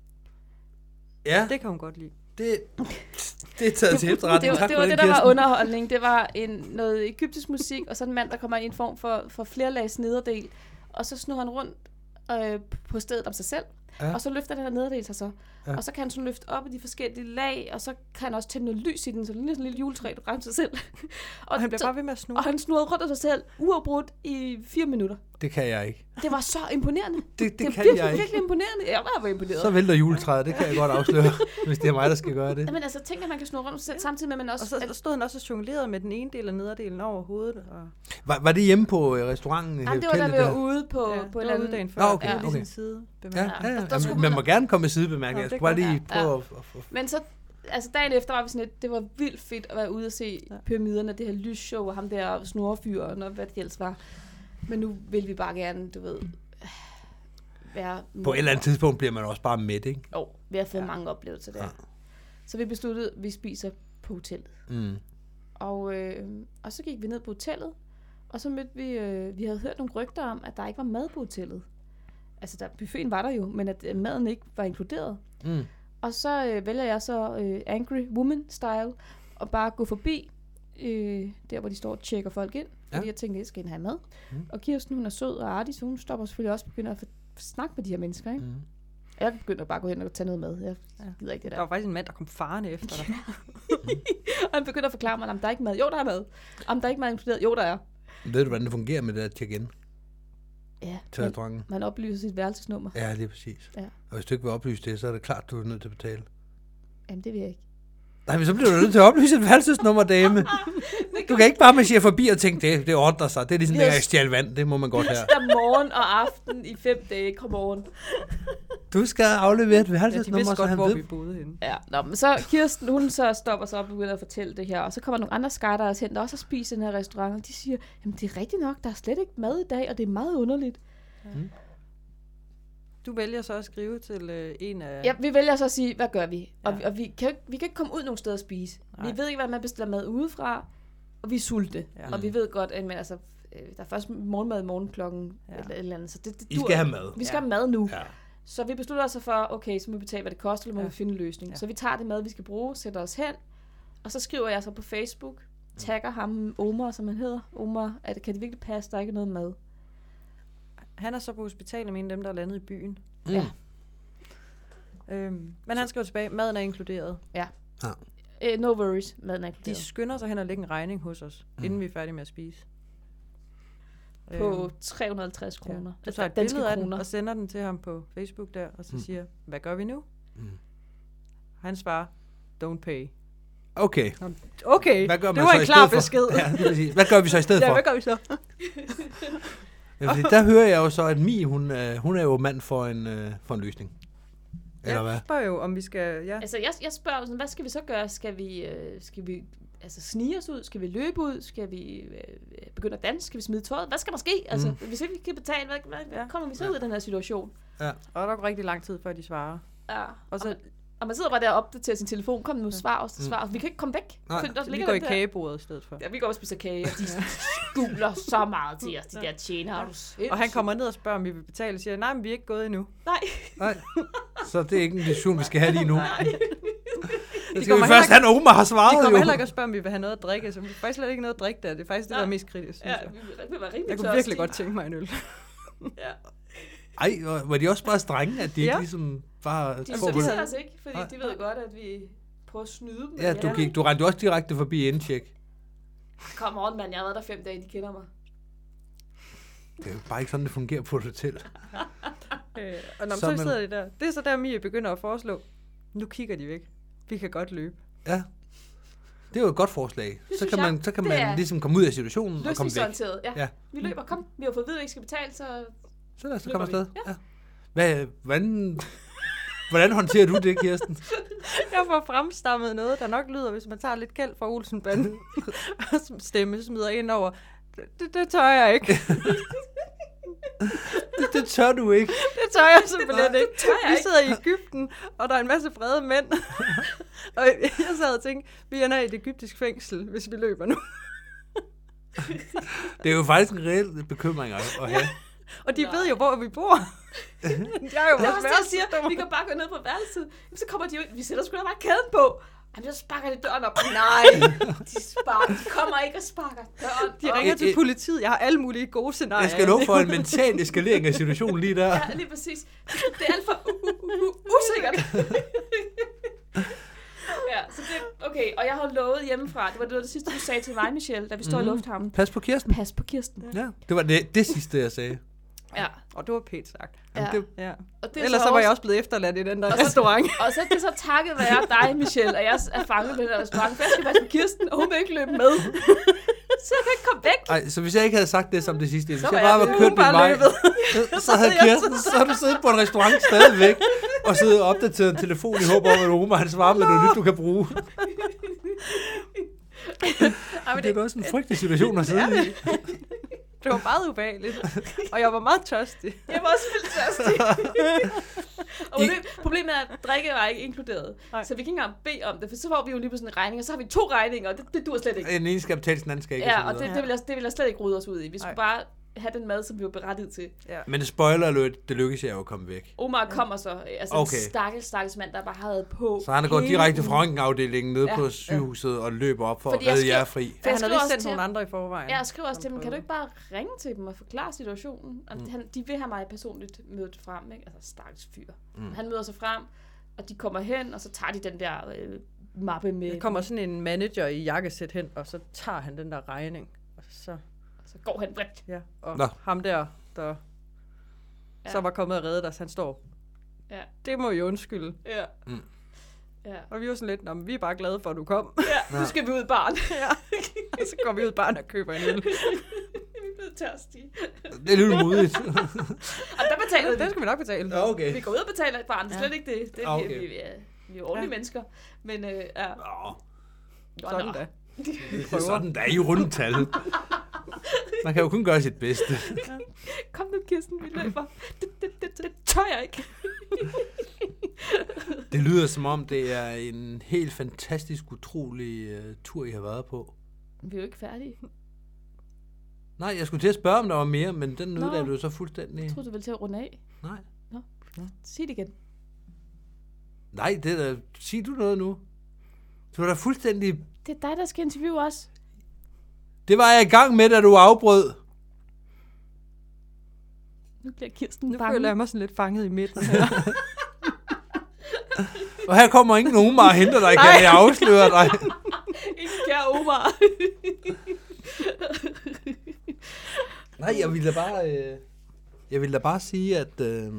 Ja, Det kan hun godt lide. det, det er taget til efterretning. Det var Tak det, for var den, det der var Kirsten. underholdning. Det var en, noget egyptisk musik, og så en mand, der kommer i en form for, for flerlags nederdel. Og så snurrer han rundt øh, på stedet om sig selv. Ja. Ja. Og så løfter den her nederdel sig så. Ja. Ja. Og så kan han sådan løfte op i de forskellige lag, og så kan han også tænde noget lys i den, så det ligner sådan en lille juletræ, du rammer sig selv. og, Og han bliver så, bare ved med at snurre. og han snurrede rundt af sig selv, uafbrudt i fire minutter. Det kan jeg ikke. Det var så imponerende. Det, det, det kan var virkelig, jeg ikke. virkelig imponerende. Jeg var imponeret. Så vælter juletræet, det kan jeg godt afsløre, hvis det er mig, der skal gøre det. Men altså, tænk, at man kan snurre rundt af sig selv, samtidig med, at man også... Og så, så stod han også og jonglerede med den ene del af nederdelen over hovedet. Og Var, var det hjemme på øh, restauranten? i Jamen, det var da hotellet vi var der? ude på, ja, på det en var anden... ude dagen før. Nå, okay, Det var lige okay. sin side. Ja, Ja, ja, der- ja. der Jamen, skulle man man- må gerne komme med sidebemærkninger. Nå, Jeg det skulle bare kan- lige ja. prøve at... at- at- Men så, altså dagen efter var vi sådan lidt, det var vildt fedt at være ude og se Ja. ja. pyramiderne, det her lysshow, og ham der snorefyren, og hvad det ellers var. Men nu vil vi bare gerne, du ved, være... På et eller andet tidspunkt bliver man også bare mæt, ikke? Jo, vi har fået Ja. ja. mange oplevelser der. Ja. Ja. Så vi besluttede, at vi spiser på hotellet. Mm. Og, øh, og så gik vi ned på hotellet, og så mødte vi, øh, vi havde hørt nogle rygter om, at der ikke var mad på hotellet. Altså, der, buffeten var der jo, men at øh, maden ikke var inkluderet. Mm. Og så øh, vælger jeg så øh, Angry Woman-style, og bare gå forbi, øh, der hvor de står og tjekker folk ind. Ja. Fordi jeg tænkte, jeg skal ind have mad. Mm. Mm. Og Kirsten, hun er sød og artig, så hun stopper selvfølgelig også og begynder at få- snakke med de her mennesker. Ikke? Mm. Jeg begynder bare at gå hen og tage noget mad. Jeg gider ikke det Der der. var faktisk en mand, der kom farende efter dig. Og han begynder at forklare mig, at der er ikke mad. Jo, der er mad. Om der er ikke mad inkluderet. Jo, der er. Ved du, hvordan det fungerer med det at tjekke ind Ja, til man, restauranten? man oplyser sit værelsesnummer. Ja, lige præcis. Ja. Og hvis du ikke vil oplyse det, så er det klart, du er nødt til at betale. Jamen, det vil jeg ikke. Nej, men så bliver du nødt til at oplyse et værelsesnummer, dame. Du kan ikke bare marchere forbi og tænke, det, det ordner sig. Det er ligesom, Vi at har- jeg stjæle vand. Det må man godt her. Der er morgen og aften i fem dage. Kom morgen. Du skal aflevere et Ja, de værelsesnummer, vidste så godt, han hvor ved. vi boede henne. Ja, nå, men så Kirsten, hun så stopper sig op og begynder at fortælle det her. Og så kommer nogle andre skydivers hen, der også har spist i den her restaurant. Og de siger, jamen det er rigtigt nok, der er slet ikke mad i dag, og det er meget underligt. Du vælger så at skrive til øh, en af... Ja, vi vælger så at sige, hvad gør vi? Og, Ja. vi, og vi, kan, jo ikke- vi kan ikke komme ud nogen steder og spise. Nej. Vi ved ikke, hvad man bestiller mad udefra, og vi er sulte. Ja. Ja. Og vi ved godt, at men, altså, øh, der er først morgenmad i morgen klokken Ja. ja. eller, et eller andet. Så det, det I dur skal have ikke. mad. Vi skal Ja. have mad nu. Ja. Så vi beslutter os så for, okay, så må vi betale, hvad det koster, eller må Ja. ja. vi finde en løsning. Ja. Ja. Så vi tager det mad, vi skal bruge, sætter os hen, og så skriver jeg så på Facebook, tagger ham Omar, som han hedder. Omar, er det, kan det virkelig passe, der er ikke noget mad? Han er så på hospitalet med en af dem, der er landet i byen. Mm. Ja. Øhm, men han skriver tilbage, maden er inkluderet. Uh, no worries, maden er De inkluderet. skynder sig hen og lægger en regning hos os, Mm. mm. inden vi er færdige med at spise. på tre hundrede og halvtreds kroner. Ja. Du Altså tager et danske billede af den, kroner. og sender den til ham på Facebook der, og så Mm. siger, hvad gør vi nu? Mm. Han svarer, don't pay. Okay. Okay, Hvad gør det man var så en i klar stedet for? besked. Ja, det vil sige. Hvad gør vi så i stedet Ja, for? hvad gør vi så? Ja, fordi der hører jeg jo så, at Mi, hun, øh, hun er jo mand for en, øh, for en løsning. Eller hvad? Jeg spørger jo, om vi skal... Ja. Altså, jeg, jeg spørger sådan, hvad skal vi så gøre? Skal vi, øh, skal vi altså, snige os ud? Skal vi løbe ud? Skal vi øh, begynde at danse? Skal vi smide tøjet? Hvad skal der ske? Altså, Mm. hvis ikke vi kan betale, hvad, hvad Ja. kommer vi så Ja. ud af den her situation? Ja. Og der går rigtig lang tid, før de svarer. Ja. Og så Og man sidder bare der og opdaterer sin telefon. Kom nu, Ja. svar os, svar os. Vi kan ikke komme væk. Nej. Find, der vi ligger går i den der. kagebordet i stedet for. Ja, vi går og spiser kage, og de skuler så meget til os, de der tjener. Ja. Og han kommer ned og spørger, om vi vil betale, og siger, nej, men vi er ikke gået endnu. Nej. Nej. Så det er ikke en diskussion, vi skal have lige nu. Nej. Det skal vi kommer først, heller han Omar har De svaret kommer jo. heller ikke og spørger, om vi vil have noget at drikke, så vi får faktisk slet ikke noget at drikke der. Det er faktisk det, der Nej. er mest kritisk, synes Ja, jeg. vi vil være rimelig Jeg kunne tørstige. virkelig godt tænke mig en øl. Ja. Ej, var- var de også bare strenge, at de ikke Ja. ligesom bare... De tror på det? interesserer os ikke, fordi Nej. de ved godt, at vi prøver at snyde dem. Ja, du, gik, du rendte jo også direkte forbi indtjek. Kom on, mand, jeg har været der fem dage, de kender mig. Det er jo bare ikke sådan, det fungerer på et hotel. Øh, og når Så så, så man- sidder de der. Det er så der, Mie begynder at foreslå, nu kigger de væk. Vi kan godt løbe. Ja. Det er jo et godt forslag. Så synes kan jeg, man, så kan det man er ligesom komme ud af situationen og komme væk. Løsningsorienteret, ja. Ja. Vi løber, kom. Vi har fået at vide, at vi ikke skal betale, så... Så lad os da Løber komme vi. afsted. Ja. Hvad, hvordan, hvordan håndterer du det, Kirsten? Jeg får fremstammet noget, der nok lyder, hvis man tager lidt kæld fra Olsenbanden, og som stemme smider ind over. Det, det tør jeg ikke. Det, det tør du ikke. Det tør jeg simpelthen Det ikke. tør jeg Vi ikke. sidder i Egypten, og der er en masse frede mænd. Og jeg sad og tænkte, vi ender i et egyptisk fængsel, hvis vi løber nu. Det er jo faktisk en reel bekymring at at have. Og de Nej. ved jo, hvor vi bor. De er jo Det er vores også det, jeg siger. værste. Vi kan bare gå ned på værelset. Jamen, så kommer de ud. Vi sætter sgu da bare kæden på. Jamen, så sparker de døren op. Nej, de, sparker. De kommer ikke og sparker døren De op. ringer Øh, til øh. politiet. Jeg har alle mulige gode scenarier. Jeg skal love for en mental eskalering af situationen lige der. Ja, lige præcis. Det er alt for u- u- u- usikkert. Ja, så det okay. Og jeg har lovet hjemmefra. Det var det, var det sidste, du sagde til mig, Michelle, da vi står Mhm. i lufthavnen. Pas på Kirsten. Pas på Kirsten. Ja, det var det, det sidste, jeg sagde. Ja. Og det var pænt sagt. Ja. Jamen, det, Ja. Og det er Ellers så var jeg også blevet efterladt i den der Og så- restaurant. Og så er det så takket være dig, Michelle, at jeg er fanget med den der restaurant. For jeg skal passe på Kirsten, og hun vil ikke løbe med. Så jeg kan ikke komme væk. ej, så hvis jeg ikke havde sagt det som det sidste, hvis Så jeg var bare jeg var ved- kørt Hun min bare vej, løbet. så, så havde Kirsten, så havde du siddet på en restaurant stadigvæk, og siddet og opdateret en telefon i håb om, at Omar han svarer med noget nyt, du kan bruge. Ej, men Det er da også en frygtelig situation at sidde i. Det var meget ubehageligt. Og jeg var meget tørstig. Jeg var også vildt tørstig. Og I- det, problemet er, at drikke var ikke inkluderet. Nej. Så vi kan ikke engang bede om det, for så får vi jo lige på sådan en regning, og så har vi to regninger, og det, det dur slet ikke. Den ene skal betales, den anden skal ikke. Ja, så og det, videre. det, vil jeg, det vil jeg slet ikke rode os ud i. Vi skulle Nej. bare have den mad, som vi var berettiget til. Ja. Men spoiler alert, det lykkes jeg jo at komme væk. Omar kommer så, altså Okay. okay. en stakkels, stakkels mand, der bare havde på. Så han er gået hele direkte fra ugen. røntgenafdelingen ned Ja, på ja. sygehuset og løber op for Fordi at jeg redde skrev- jer fri. For For jeg han skriver havde lige også sendt til nogle ham- andre i forvejen. Ja, jeg skriver også til dem, Som kan du prøvede. ikke bare ringe til dem og forklare situationen? Og Mm. han, de vil have mig personligt mødt frem, ikke? Altså, stakkels fyr. Mm. Han møder sig frem, og de kommer hen, og så tager de den der øh, mappe med. Der kommer sådan en manager i jakkesæt hen, og så tager han den der regning. Og så, Så går han bredt. ja, og Nå. ham der, der Ja. så var kommet og reddet os, han står. Ja. Det må I undskylde. Ja. Mm. Ja. Og vi var sådan lidt, "Nå, men vi er bare glade for, at du kom. Ja, nu skal vi ud i barn. ja. Og så går vi ud i barn og køber en øl. vi er blevet tørstige. Det er lidt modigt. Og der betaler Den vi. skal vi nok betale. Ja, okay. Vi går ud og betaler et barn, det er Ja. slet ikke det. det er, Ah, vi, okay. vi, vi, er, vi er jo ordentlige Ja. mennesker. Men øh, ja. Nå, Nå, Sådan nå. da. det er sådan, der er i rundetal. Man kan jo kun gøre sit bedste. Kom nu, Kirsten, vi løber. Det, det, det, det tør jeg ikke. Det lyder som om, det er en helt fantastisk, utrolig uh, tur, I har været på. Vi er jo ikke færdige. Nej, jeg skulle til at spørge, om der var mere, men den Nå. nødlagde du så fuldstændig. Jeg troede, du ville til at runde af. Nej. Sig det igen. Nej, det er da... Sig du noget nu? Du var da fuldstændig... Det er dig, der skal interviewe os. Det var jeg i gang med, da du afbrød. Nu bliver Kirsten Nu bange. føler jeg mig sådan lidt fanget i midten her. Og her kommer ingen Omar og henter dig, kan jeg afsløre dig. Ikke kære Omar. Nej, jeg ville da bare, øh, jeg ville da bare sige, at øh,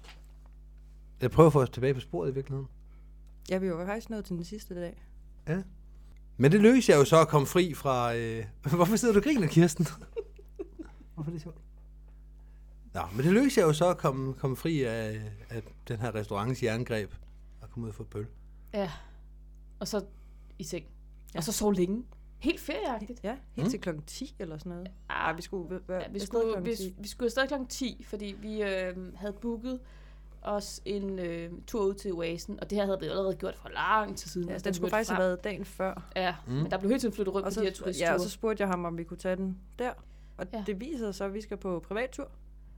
jeg prøver at få os tilbage på sporet i virkeligheden. Ja, vi var faktisk nået til den sidste dag. Ja. Men det lykkedes jeg jo så at komme fri fra... Øh, hvorfor sidder du og griner, Kirsten? Hvorfor er det sjovt? Nå, men det lykkedes jeg jo så at komme, komme fri af, af den her restaurants jerngreb og komme ud og få et pøl. Ja. Og så i seng. Ja. Og så sov længe. Helt ferieagtigt. Ja, helt Mm. til klokken ti eller sådan noget. Ah, Ej, vi skulle være Ja, vi, afsted skulle, klokken vi, ti. vi skulle afsted klokken ti, fordi vi øh, havde booket os en øh, tur ud til Oasen, og det her havde vi allerede gjort for lang tid siden. Ja, Altså, da den vi skulle mødte faktisk frem. have været dagen før. Ja, Mm. mm. men der blev helt tiden flyttet rundt Og på så, de her turistture. ja, og så spurgte jeg ham, om vi kunne tage den der. Og Ja. det viser sig, at vi skal på privattur.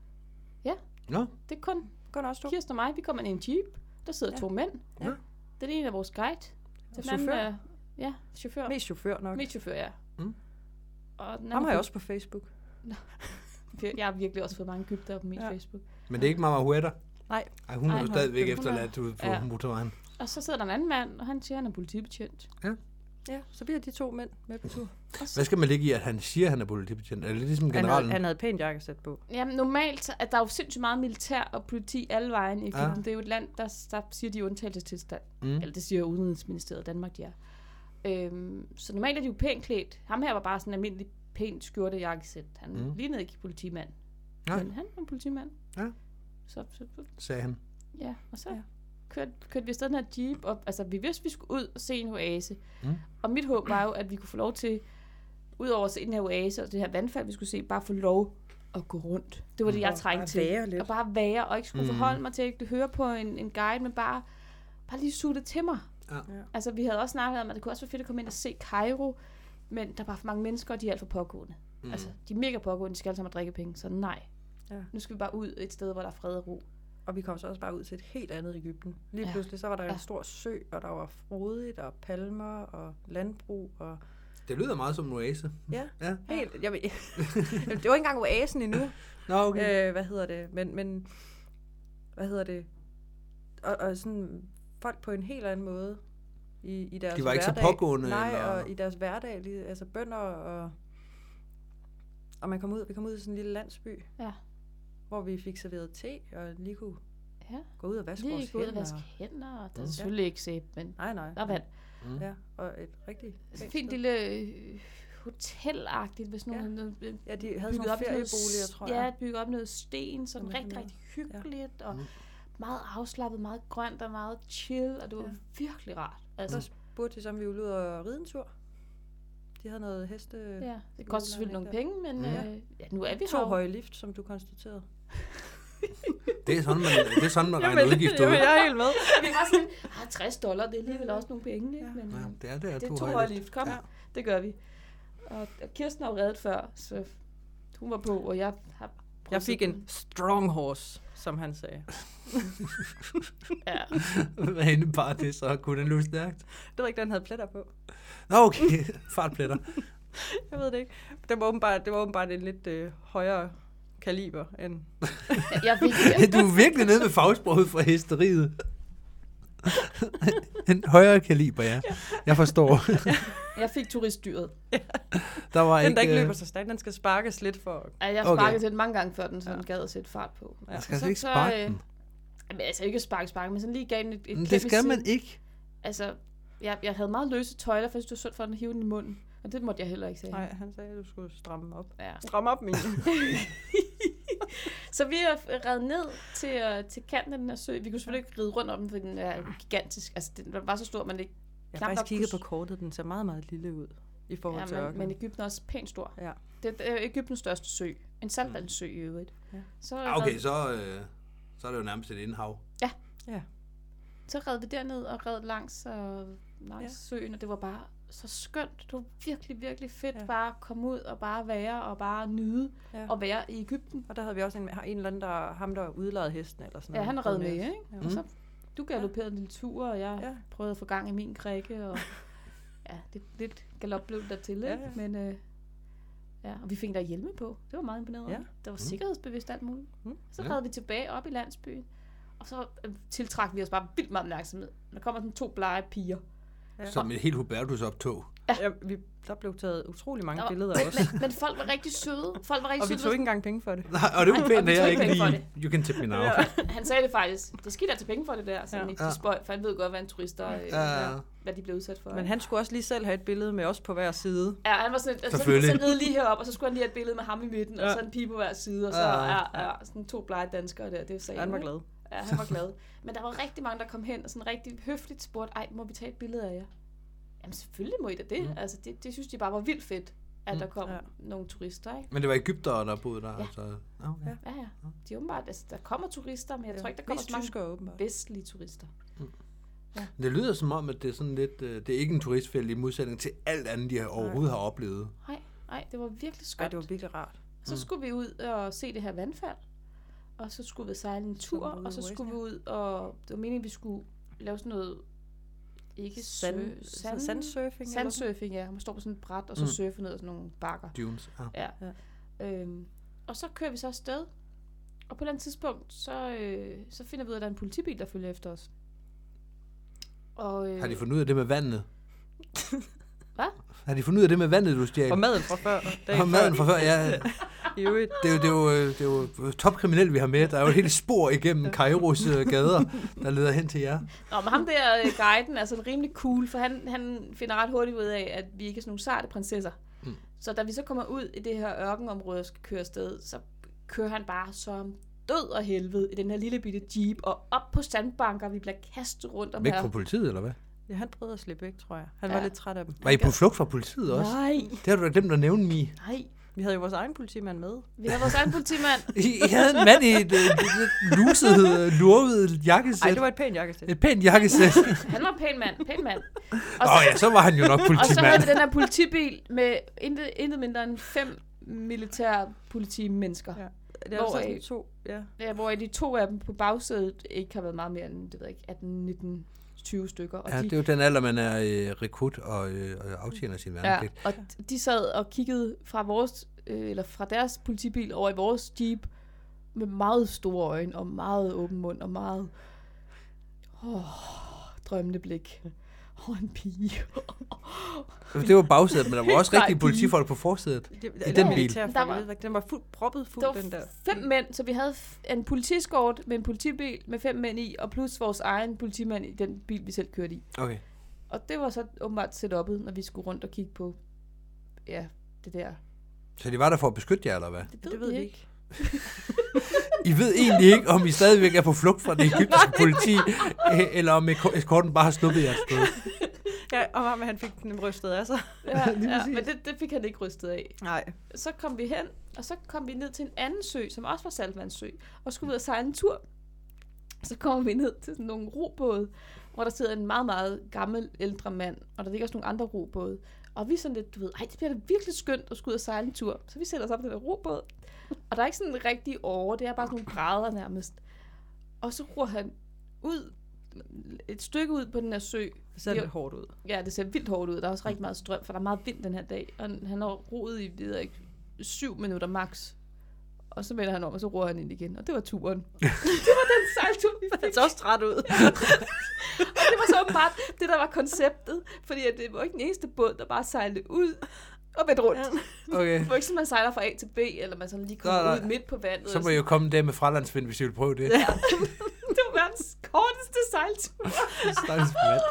Nå, Det er kun Kun også to. Kirsten og mig. Vi kommer ind i en jeep. Der sidder Ja. to mænd. Ja. Den ene er vores guide. Den anden chauffør. er, ja, chauffør. Mest chauffør nok. Mest chauffør, ja. Mm. Og den Ham anden har jeg er- også på Facebook. Jeg har virkelig også fået mange gybter på min Ja. Facebook. men det er ikke Mama Huerta. Nej. Ej, hun er Ej, jo hun- stadigvæk hun er- efterladt ude på ja. motorvejen. Og så sidder der en anden mand, og han siger, at han er politibetjent. Ja, så bliver de to mænd med på tur. Og så, Hvad skal man ligge i, at han siger, at han er politibetjent? Er det ligesom Han havde, generalen? han havde et pænt jakkesæt på. jamen, normalt, så- at der er jo sindssygt meget militær og politi alle vejen i Egypten. Ja. Det er jo et land, der, der siger de undtagelsestilstand. Mm. Eller det siger Udenrigsministeriet i Danmark, de er. Øhm, så normalt er de jo pænt klædt. Ham her var bare sådan en almindelig pænt skjorte jakkesæt. Han Mm. mm. lignede ikke politimand. Nej. Men han var en politimand. Ja. Så, så, så Sagde han. ja, og så Ja. ja. Kørte, kørte vi afsted den her jeep op. Altså, vi vidste, vi skulle ud og se en oase. Mm. Og mit håb var jo, at vi kunne få lov til, udover at se den her oase og det her vandfald, vi skulle se, bare få lov at gå rundt. Det var det, jeg Og trængte bare til. være lidt. Og bare være, og ikke skulle Mm. mm. forholde mig til at ikke høre på en, en guide, men bare, bare lige suge det til mig. Ja. Ja. Altså, vi havde også snakket om, at det kunne også være fedt at komme ind og se Cairo, men der er bare for mange mennesker, og de er alt for pågående. Mm. Mm. Altså, de er mega pågående, de skal alle sammen have drikkepenge, så nej. Ja. Nu skal vi bare ud et sted, hvor der er fred og ro. Og vi kom så også bare ud til et helt andet Egypten. Lige Ja. pludselig så var der Ja. en stor sø, og der var frodigt, og palmer, og landbrug, og... Det lyder meget som en oase. Ja, Ja. helt... Jeg ved, det var ikke engang oasen endnu. Nå, okay. Øh, hvad hedder det? Men, men hvad hedder det? Og, og sådan folk på en helt anden måde i, i deres De var ikke så hverdag. pågående, Nej, eller? og i deres hverdag, lige, altså bønder og... Og man kom ud, vi kom ud i sådan en lille landsby, Ja. hvor vi fik serveret te, og lige kunne Ja. gå ud og vaske Lige vores gå ud og hænder. vaske hænder, og der er Mm. selvfølgelig ikke sæbe, men Nej, nej. der er vand. Mm. Ja, og et rigtig Altså, pænt fint sted. lille øh, hotelagtigt, hvis nogen Ja. havde øh, Ja, de havde bygget sådan nogle op i noget ferieboliger, s- tror Ja, jeg. bygget op i noget sten, sådan Som rigtig, sådan rigtig hyggeligt, og Mm. meget afslappet, meget grønt og meget chill, og det var Ja. virkelig rart. Så Altså, spurgte de, som vi ville ud og ride en tur. De havde noget heste... ja, det koster selvfølgelig nogle penge, men Ja. øh, ja, nu er vi To her jo. høje lift, som du konstaterede. Det er sådan, man, det er sådan, man regner Jamen, udgifter ud. jamen, jeg er helt med. Vi var sådan, ah, tres dollar, det er alligevel også nogle penge, ikke? Ja. Men, Ja, øh, det er det, er det er to to høje høje lift. lift, kom, Ja. ja. Det gør vi. Og, og Kirsten har jo reddet før, så hun var på, og jeg har Jeg fik en strong horse, som han sagde. Ja. Hvad indebar det så? Kunne den løbe stærkt? Det var ikke, den havde pletter på. Nå, okay. Fartpletter. Jeg ved det ikke. Det var åbenbart, det var åbenbart en lidt øh, højere kaliber end... Jeg fik, Du er virkelig nede med fagsproget fra hesteriet. En højere kaliber, ja. Jeg forstår. jeg fik turistdyret. Der var Den, der ikke øh, løber så stærkt, den skal sparkes lidt for... Ja, jeg Okay. sparkede til den mange gange før den, så Ja. den gad at sætte fart på. Ja. Man skal altså Så- ikke så, sparke øh, den. Jamen, altså ikke sparke, sparke, men sådan lige gav den et, et Men klip det i skal man siden. ikke. Altså, jeg, jeg havde meget løse tøjler, for jeg synes, det var sundt for den at hive den i munden. Og det måtte jeg heller ikke sige. Nej, han sagde, at du skulle stramme op. Ja. Stram op, min. Så vi er reddet ned til, uh, til kanten af den her sø. Vi kunne selvfølgelig ikke ride rundt om den, for den er gigantisk. Altså, den var så stor, at man ikke... Jeg knap har nok faktisk kigget på kunne- kortet. Den ser meget, meget lille ud i forhold Ja, til men, ørkenen. men Egypten er også pænt stor. Ja. Det er Egyptens største sø. En saltvandssø i øvrigt. Ja. Så, Ah, Okay, red, så, øh, så er det jo nærmest et indhav. Ja. så red vi derned og red langs, og, langs Ja. søen, og det var bare så skønt. Det var virkelig, virkelig fedt Ja. bare at komme ud og bare være og bare nyde Ja. at være i Egypten. Og der havde vi også en, en eller anden, der, ham der udlejede hesten eller sådan Ja, noget. han er reddet med, ikke? Ja. Og så du galopperede en lille tur, og jeg Ja. prøvede at få gang i min krikke, og ja, det lidt galop blev der til, Ja, ikke? ja. Men øh, ja, og vi fik der hjelme på. Det var meget imponerende. Ja. Der var Mm. sikkerhedsbevidst alt muligt. Mm. Så Ja. red vi tilbage op i landsbyen, og så øh, tiltrak vi os bare vildt meget opmærksomhed. Der kommer sådan to blege piger Ja. Som et helt Hubertus-optog. Ja, vi, der blev taget utrolig mange Nå, billeder men, også. men, men folk var rigtig søde. Folk var rigtig Og vi søde. tog ikke engang penge for det. Nej, og det var Nej, pænt, og vi at tog jeg ikke ikke penge for lige... You can tip me now. Ja. Han sagde det faktisk. Det skidt at tage penge for det der. Så Ja. ja. ikke Ja. de spøj, for han ved godt, hvad en turister, øh, Ja. hvad de blev udsat for. Men han skulle også lige selv have et billede med os på hver side. Ja, han var sådan, altså, så, Selvfølgelig. så nede lige herop, og så skulle han lige have et billede med ham i midten, ja. og Ja. så en pige på hver side, og så Ja. ja, ja, sådan to blege danskere der. Det sagde Han var glad. Ja, han var glad. Men der var rigtig mange, der kom hen og sådan rigtig høfligt spurgte, ej, må vi tage et billede af jer? Jamen selvfølgelig må I da det. Mm. Altså, det, det synes de bare var vildt fedt, at Mm. der kom Ja. nogle turister, ikke? Men det var egyptere, der boede der. Ja. Altså. Okay. Ja. Ja, ja. De er åbenbart, altså, der kommer turister, men jeg tror ikke, der kommer Mest så mange tyskere åbenbart. vestlige turister. Det lyder som om, at det er sådan lidt... øh, Det er ikke en turistfælde i modsætning til alt andet, de overhovedet har oplevet. Nej, nej, det var virkelig Ej, skønt. det var virkelig rart. Så skulle vi ud og se det her vandfald, og så skulle vi sejle en tur, var ude og så i skulle vi Wales, ud, og det var meningen, vi skulle lave sådan noget, ikke Sand, sø, sand, sandsurfing? eller sandsurfing, ja. Man står på sådan et bræt, og så Mm. mm. surfer ned ad sådan nogle bakker. Dunes. Ja. Ja. ja. Øhm, og så kører vi så afsted, og på et eller andet tidspunkt, så, øh, så finder vi ud af, at der er en politibil, der følger efter os. Og, øh, Har de fundet ud af det med vandet? Hvad? Har de fundet ud af det med vandet, du stjal? Og maden fra før. dagen Og maden fra før, ja. I øvrigt. Det er, jo, det, er jo, øh, det er jo topkriminelle, vi har med. Der er jo et helt spor igennem Kairos øh, gader, der leder hen til jer. Nå, men ham der øh, guiden er sådan rimelig cool, for han, han finder ret hurtigt ud af, at vi ikke er sådan nogle sarte prinsesser. Mm. Så da vi så kommer ud i det her ørkenområde og skal køre afsted, så kører han bare som død og helvede i den her lille bitte jeep, og op på sandbanker, vi bliver kastet rundt om Væk her. fra politiet, eller hvad? Ja, han prøvede at slippe væk, tror jeg. Han Ja. var lidt træt af dem. Var I på flugt fra politiet også? Nej, Det har du da glemt at nævne, Mi. nej. Vi havde jo vores egen politimand med. Vi har vores egen politimand. I, I havde en mand i et, et, et luset, lurvet jakkesæt. Nej, det var et pænt jakkesæt. Et pænt jakkesæt. Han var en pæn mand, pæn mand. Åh oh, ja, så var han jo nok Og så havde politimand. vi den her politibil med intet, intet mindre end fem militære politimennesker. Ja. Det er Hvor, også øh, sådan to, ja. Ja, hvor de to af dem på bagsædet ikke har været meget mere end, det ved jeg ikke, atten, nitten, tyve stykker. Og Ja, de, det er jo den alder, man er øh, rekrut og, øh, og aftjener sin ja, værnepligt. og de sad og kiggede fra vores, øh, eller fra deres politibil over i vores jeep med meget store øjne og meget åben mund og meget åh, drømmende blik. Og en pige. Det var bagsædet, men der var også Nej, rigtige de- politifolk på forsædet. Det, I den bil. militærfolk, Der var- jeg ved ikke, den var fuld, proppet fuld, Der var den der. fem mænd, så vi havde f- en politiskort med en politibil med fem mænd i, og plus vores egen politimand i den bil, vi selv kørte i. Okay. Og det var så åbenbart setup'et, når vi skulle rundt og kigge på, ja, det der. Så de var der for at beskytte jer, eller hvad? Det ved, Det ved vi ikke. I ved egentlig ikke, om I stadigvæk er på flugt fra det egyptiske politi, øh, eller om eskorten bare har sluppet jeres sted. Ja, og ham, han fik den rystet af sig. Ja, ja, men det, det fik han ikke rystet af. Nej. Så kom vi hen, og så kom vi ned til en anden sø, som også var saltvandssø, og skulle ud og sejle en tur. Så kommer vi ned til sådan nogle robåde, hvor der sidder en meget, meget gammel, ældre mand, og der ligger også nogle andre robåde. Og vi er sådan lidt, du ved, ej, det bliver da virkelig skønt at skulle ud og sejle en tur. Så vi sætter os op på den der robåd, og der er ikke sådan en rigtig over, det er bare sådan nogle brædder nærmest. Og så ror han ud, et stykke ud på den her sø. Det ser Jo. lidt hårdt ud. Ja, det ser vildt hårdt ud. Der er også rigtig meget strøm, for der er meget vind den her dag. Og han har roet i, ved jeg ikke, syv minutter max. Og så vender han om, og så roer han ind igen. Og det var turen. Det var den sejltur, vi fik. Han så også træt ud. Og det var så åbenbart det, der var konceptet. Fordi at det var ikke den eneste båd, der bare sejlede ud og vendte rundt. Okay. Det var ikke sådan, man sejler fra A til B, eller man sådan lige kommer Nej, nej. ud midt på vandet. Så må I jo komme der med fralandsvind, hvis I vil prøve det. Ja. Det var verdens korteste sejltur. Stakkels mand.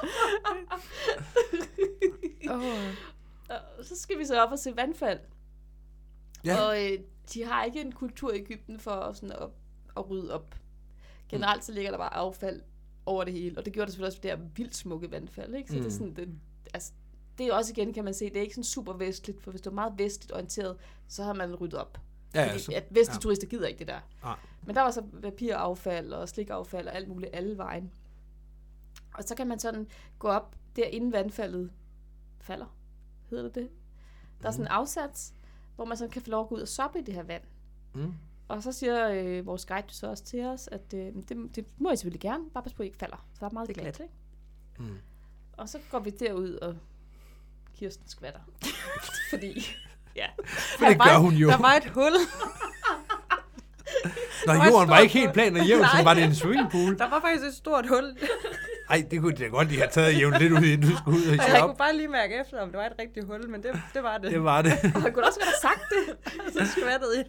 Oh. Og så skal vi så op og se vandfald. Ja. Og øh, de har ikke en kultur i Egypten for sådan at, at rydde op. Generelt så ligger der bare affald over det hele. Og det gjorde det selvfølgelig også for det her vildt smukke vandfald. Ikke? Så Mm. det er sådan, det, altså, det er også igen, kan man se, det er ikke sådan super vestligt. For hvis du er meget vestligt orienteret, så har man ryddet op. Ja, ja, Fordi så, at vestlige ja. turister gider ikke det der. Nej. Men der var så papiraffald og slikaffald og alt muligt alle vejen. Og så kan man sådan gå op der inden vandfaldet falder. Hedder det det? Der er sådan en afsats, hvor man så kan få lov at gå ud og soppe i det her vand. Mm. Og så siger øh, vores guide så også til os, at øh, det, det må I selvfølgelig gerne, bare pas på, at I ikke falder. Så der er meget Det er glat, glat. ikke? Mm. Og så går vi derud, og Kirsten skvatter. Fordi, ja. For det gør hun jo. Der var et hul. Når var et jorden var stort ikke helt plan og jævn, så Nej. var det en swimmingpool. Der var faktisk et stort hul Ej, det kunne de da godt lige have taget jævnt lidt ud, inden du skulle ud og Og se jeg op. kunne bare lige mærke efter, om det var et rigtigt hul, men det, det var det. Det var det. Og han kunne også godt have sagt det. Så skvattede jeg.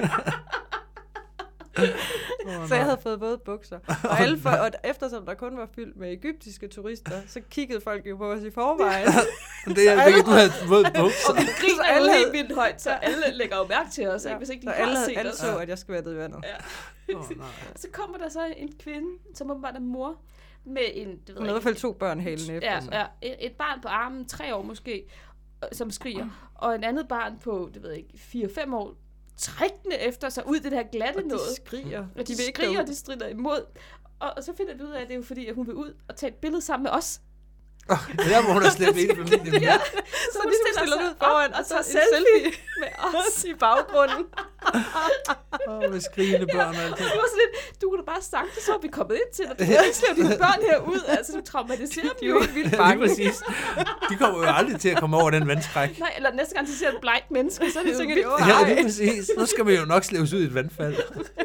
Så jeg havde fået våde bukser. Og, alle for, og eftersom der kun var fyldt med egyptiske turister, så kiggede folk jo på os i forvejen. Det er ikke, du havde våd bukser. Og vi griner alle jo helt havde- vildt højt, så alle lægger jo mærke til os, Ja. ikke? Hvis ikke de Så har alle, set alle os. så, at jeg skvattede i vandet. Ja. Åh, nej. Så kommer der så en kvinde, som åbenbart er mor, med en, det ved Hun jeg havde i hvert ikke, fald to børn hælende efter ja, sig. ja, et, et barn på armen, tre år måske, øh, som skriger, og en andet barn på, det ved jeg ikke, fire fem år, trækkende efter sig ud det der glatte Og noget. de skriger. Og de, De vil ikke skriger, derud. de strider imod. Og, og så finder vi ud af, at det er jo fordi, at hun vil ud og tage et billede sammen med os. Der må hun have slæbt hele familien med. Ja, Så de stiller sig ud foran, op og så tager en selfie med os. i baggrunden. Åh, med skrigende børn og alt det. Det var sådan lidt, du kunne da bare sagt det, så er vi kommet ind til dig. Du kan ikke slæve dine børn herud. Altså, du traumatiserer dem De er jo. jo helt vildt Ja, lige bange. præcis. De kommer jo aldrig til at komme over den vandskræk. Nej, eller næste gang, de ser et bleggt menneske, så er det Så jo tænker de, vildt. åh, Ja, nej. lige præcis. Nu skal man jo nok slæves ud i et vandfald.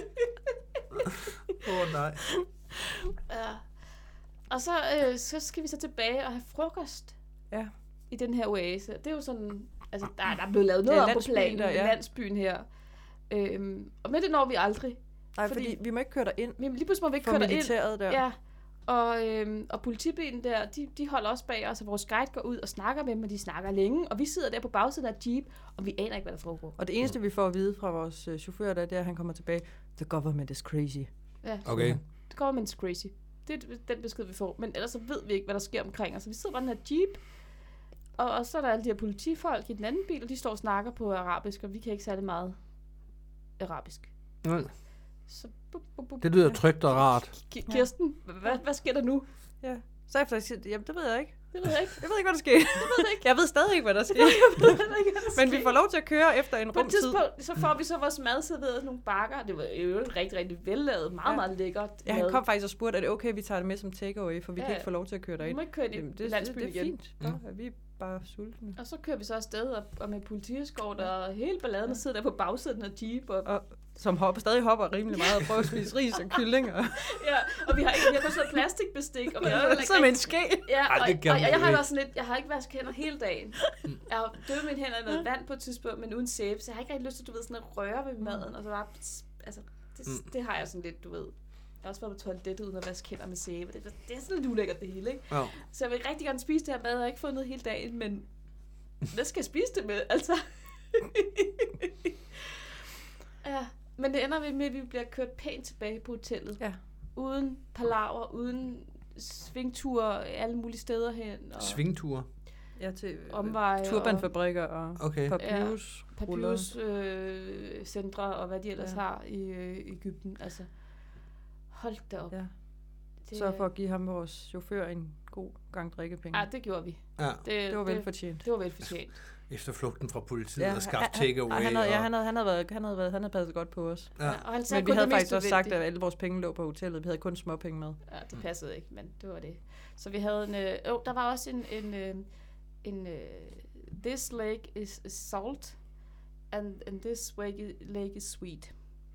Åh, oh, nej. Ja. Og så, øh, så skal vi så tilbage og have frokost Ja. i den her oase. Det er jo sådan, altså der, der er blevet lavet noget Det er om på landsbyen planen der, i ja. landsbyen her. Øhm, og med det når vi aldrig. Nej, Fordi- fordi vi må ikke køre dig ind Men lige pludselig må vi ikke for køre ind. militæret der. Ja, og, øhm, og politibilen der, de, de holder også bag os, og vores guide går ud og snakker med dem, og de snakker længe, og vi sidder der på bagsiden af et jeep, og vi aner ikke, hvad der foregår. Og det eneste, vi får at vide fra vores øh, chauffør, der, det er, at han kommer tilbage. The government is crazy. Ja, Okay. det går men crazy. Det er den besked, vi får. Men ellers så ved vi ikke, hvad der sker omkring os. Så vi sidder bare i den her jeep, og, og så er der alle de her politifolk i den anden bil, og de står og snakker på arabisk, og vi kan ikke særlig meget arabisk. Så, bup, bup, bup. Det lyder trygt og rart. Ki- Kirsten, hvad, hvad sker der nu? Ja. Så efter jeg siger, jamen det ved jeg ikke. Det ved jeg ikke. Jeg ved ikke, hvad der sker. Jeg ved, ikke. Jeg ved stadig ikke, hvad der sker. Jeg ved heller ikke, hvad der Men vi sker. får lov til at køre efter en På et rum tid. tidspunkt, så får vi så vores mad serveret af nogle bakker. Det var jo rigtig, rigtig vellavet. Meget, Ja. meget lækkert. Ja, han mad. kom faktisk og spurgte, er det okay, vi tager det med som takeaway, for vi Ja, kan ja. ikke få lov til at køre Vi derind. må ikke køre ind i Jamen, det, det, landsbyen det er igen. fint. Så er vi bare sultne. Og så kører vi så afsted og, og med politieskort og hele balladen, og sidder der på bagsiden af jeep. Og, Og som hopper, stadig hopper rimelig meget og prøver at spise ris og kylling. Og ja, og vi har ikke vi har kun sådan noget plastikbestik. Og vi har jo heller så ikke med en ske. Ja, Ej, og, det kan og, man jeg jo har ikke. været sådan lidt, jeg har ikke vasket hænder hele dagen. Jeg har døbt mine hænder i noget vand på et tidspunkt, men uden sæbe, så jeg har ikke rigtig lyst til, du ved, sådan at røre ved maden, og så bare, altså, det, det har jeg sådan lidt, du ved. Jeg har også været på toilettet uden at vaske hænder med sæbe. Det, det er sådan lidt ulækkert det hele, ikke? Ja. Så jeg vil rigtig gerne spise det her mad, jeg har ikke fået noget hele dagen, men hvad skal jeg spise det med, altså? Ja, men det ender med, at vi bliver kørt pænt tilbage på hotellet. Ja. Uden palaver, uden svingture alle mulige steder hen. Og Svingture. Ja, til omveje. turbanfabrikker og Okay. papyrus. Og papyrus øh, centre og hvad de ellers Ja. ja. har i øh, Egypten. Altså, hold da op. Ja. Det, Så for at give ham vores chauffør en god gang drikkepenge. Ja, det gjorde vi. Ja. Det, Det var det, velfortjent. det var velfortjent. Efter flugten fra politiet Ja, og skaffe han- takeaway. han, han, havde, ja, og- han, havde, han, havde været, han, havde været, han havde passet godt på os. Ja. Ja, og han sagde Men vi kun havde det mest faktisk også sagt, nødvendige. at alle vores penge lå på hotellet. Vi havde kun små penge med. Ja, det passede ikke, men det var det. Så vi havde en... Øh, oh, der var også en... en, øh, en øh, this lake is, is salt, and, and this lake, lake is sweet.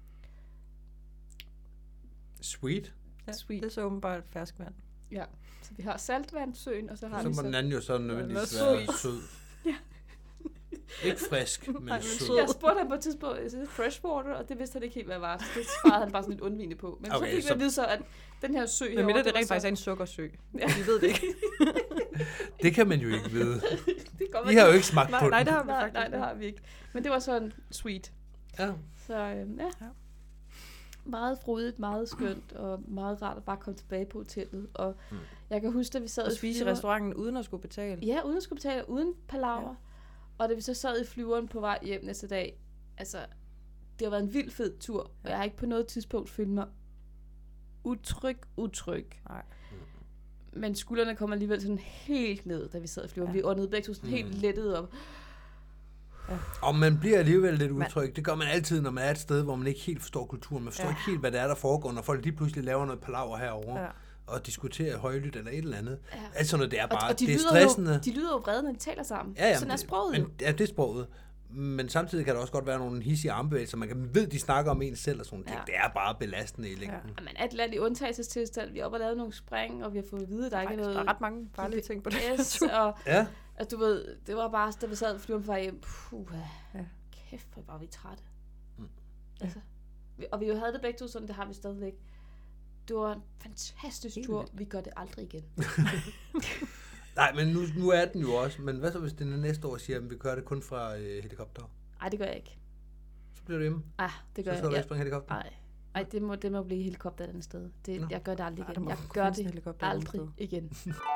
Sweet. Ja, Sweet. Det er så åbenbart ferskvand. Ja, så vi har saltvandssøen, og så har Så vi må den anden jo så nødvendigvis Noget være sød. Ja. Ikke frisk, men Nej, men sød. Jeg spurgte ham på et tidspunkt, is it freshwater, og det vidste han ikke helt, hvad det var. Så det svarede han bare sådan lidt undvigende på. Men Okay, så fik vi så- at vide så, at den her sø Men herovre, mindre det var rent så- faktisk er en sukkersø. Ja. Vi ved det ikke. Det kan man jo ikke vide. det går I har jo ikke smagt Nej, på nej, den. det har vi Nej, faktisk nej, det har vi ikke. Men det var sådan sweet. Ja. Så øhm, ja. Ja. Meget frodigt, meget skønt, og meget rart at bare komme tilbage på hotellet. Og Mm. jeg kan huske, at vi sad Og i spise i flyver- restauranten uden at skulle betale. Ja, uden at skulle betale, uden palaver. Ja. Og da vi så sad i flyveren på vej hjem næste dag, altså, det har været en vild fed tur, og jeg har ikke på noget tidspunkt følt mig utryg, utryg. Nej. Men skuldrene kom alligevel sådan helt ned, da vi sad i flyveren. Ja. Vi åndede begge to sådan Mm. helt lettet op. Og man bliver alligevel lidt utryg. Det gør man altid, når man er et sted, hvor man ikke helt forstår kulturen. Man forstår Ja. ikke helt, hvad det er, der foregår, når folk lige pludselig laver noget palaver herovre. Ja. Og diskuterer højlydt eller et eller andet. Ja. Altså noget, det er bare, og, og de, det er lyder stressende. jo, de lyder jo vrede, når de taler sammen. Ja, ja, Sådan er men- sproget men, jo. ja, det er sproget. Men samtidig kan der også godt være nogle hissige armbevægelser. Man kan ved, de snakker om en selv og sådan ting. Ja. Det er bare belastende i længden. Ja. Men er et eller andet i undtagelsestilstand. Vi er oppe og lavet nogle spring, og vi har fået at vide, at der ikke er noget... Der er ret mange farlige ting på det. Yes, og Ja. altså, du ved, det var bare, da vi sad og flyvede på vej hjem. Puh, Ja. kæft, hvor var vi trætte. Mm. Altså, vi, og vi jo havde det begge to sådan, det har vi stadigvæk. Det var en fantastisk Helt tur. vildt. Vi gør det aldrig igen. Nej, men nu, nu er den jo også. Men hvad så, hvis det næste år siger, at vi kører det kun fra øh, helikopter? Nej, det gør jeg ikke. Så bliver du hjemme. Ah, det gør Så skal jeg du ikke. ikke springe helikopter. Nej. Ej, det må, det må blive helikopter et andet sted. Det, Nå. jeg gør det aldrig Ej, der igen. må Jeg kunne gør findes en det helikopter et andet aldrig igen.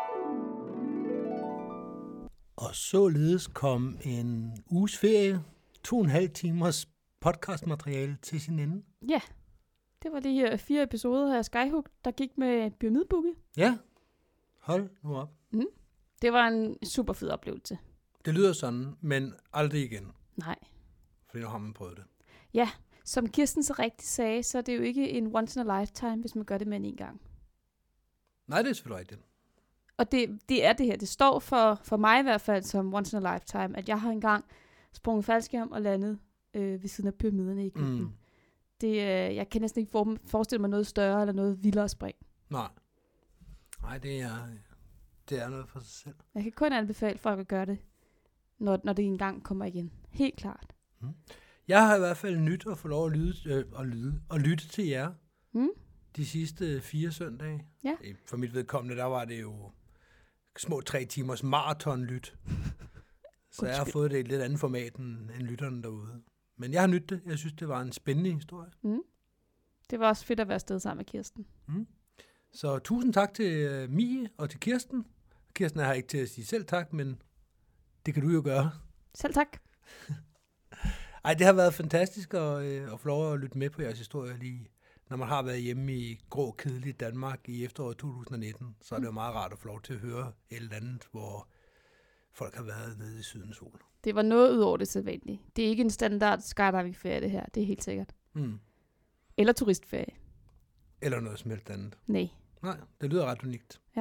Og således kom en uges ferie, to og en halv timers podcastmateriale til sin ende. Ja, det var de her fire episoder af Skyhook, der gik med pyramideboogie. Ja, hold nu op. Det var en super fed oplevelse. Det lyder sådan, men aldrig igen. Nej. Fordi nu har man prøvet det. Ja, som Kirsten så rigtigt sagde, så er det jo ikke en once in a lifetime, hvis man gør det mere end en gang. Nej, det er selvfølgelig rigtigt. Og det, det er det her. Det står for, for mig i hvert fald som once in a lifetime, at jeg har engang sprunget faldskærm og landet øh, ved siden af pyramiderne i Egypten. Mm. Det, øh, jeg kan næsten ikke for, forestille mig noget større eller noget vildere spring. Nej. Nej, det er, det er noget for sig selv. Jeg kan kun anbefale folk at gøre det, når, når det engang kommer igen. Helt klart. Jeg har i hvert fald nyt at få lov at lytte, øh, at lytte, at lytte til jer Mm? de sidste fire søndage. Ja. For mit vedkommende, der var det jo små tre timers maratonlyt. Så jeg har Undskyld. fået det i et lidt andet format end, end lytterne derude. Men jeg har nydt det. Jeg synes, det var en spændende historie. Mm. Det var også fedt at være afsted sammen med Kirsten. Mm. Så tusind tak til uh, Mie og til Kirsten. Kirsten er her ikke til at sige selv tak, men det kan du jo gøre. Selv tak. Ej, det har været fantastisk at, øh, at få lov at lytte med på jeres historie lige, når man har været hjemme i grå, kedeligt Danmark i efteråret to tusind nitten, så er det jo meget rart at få lov til at høre et eller andet, hvor folk har været nede i sydens sol. Det var noget ud over det sædvanlige. Det er ikke en standard skydiving-ferie, det her. Det er helt sikkert. Mm. Eller turistferie. Eller noget som helst andet. Nej. Nej, det lyder ret unikt. Ja.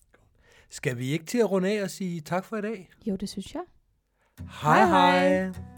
Skal vi ikke til at runde af og sige tak for i dag? Jo, det synes jeg. Hej hej! hej.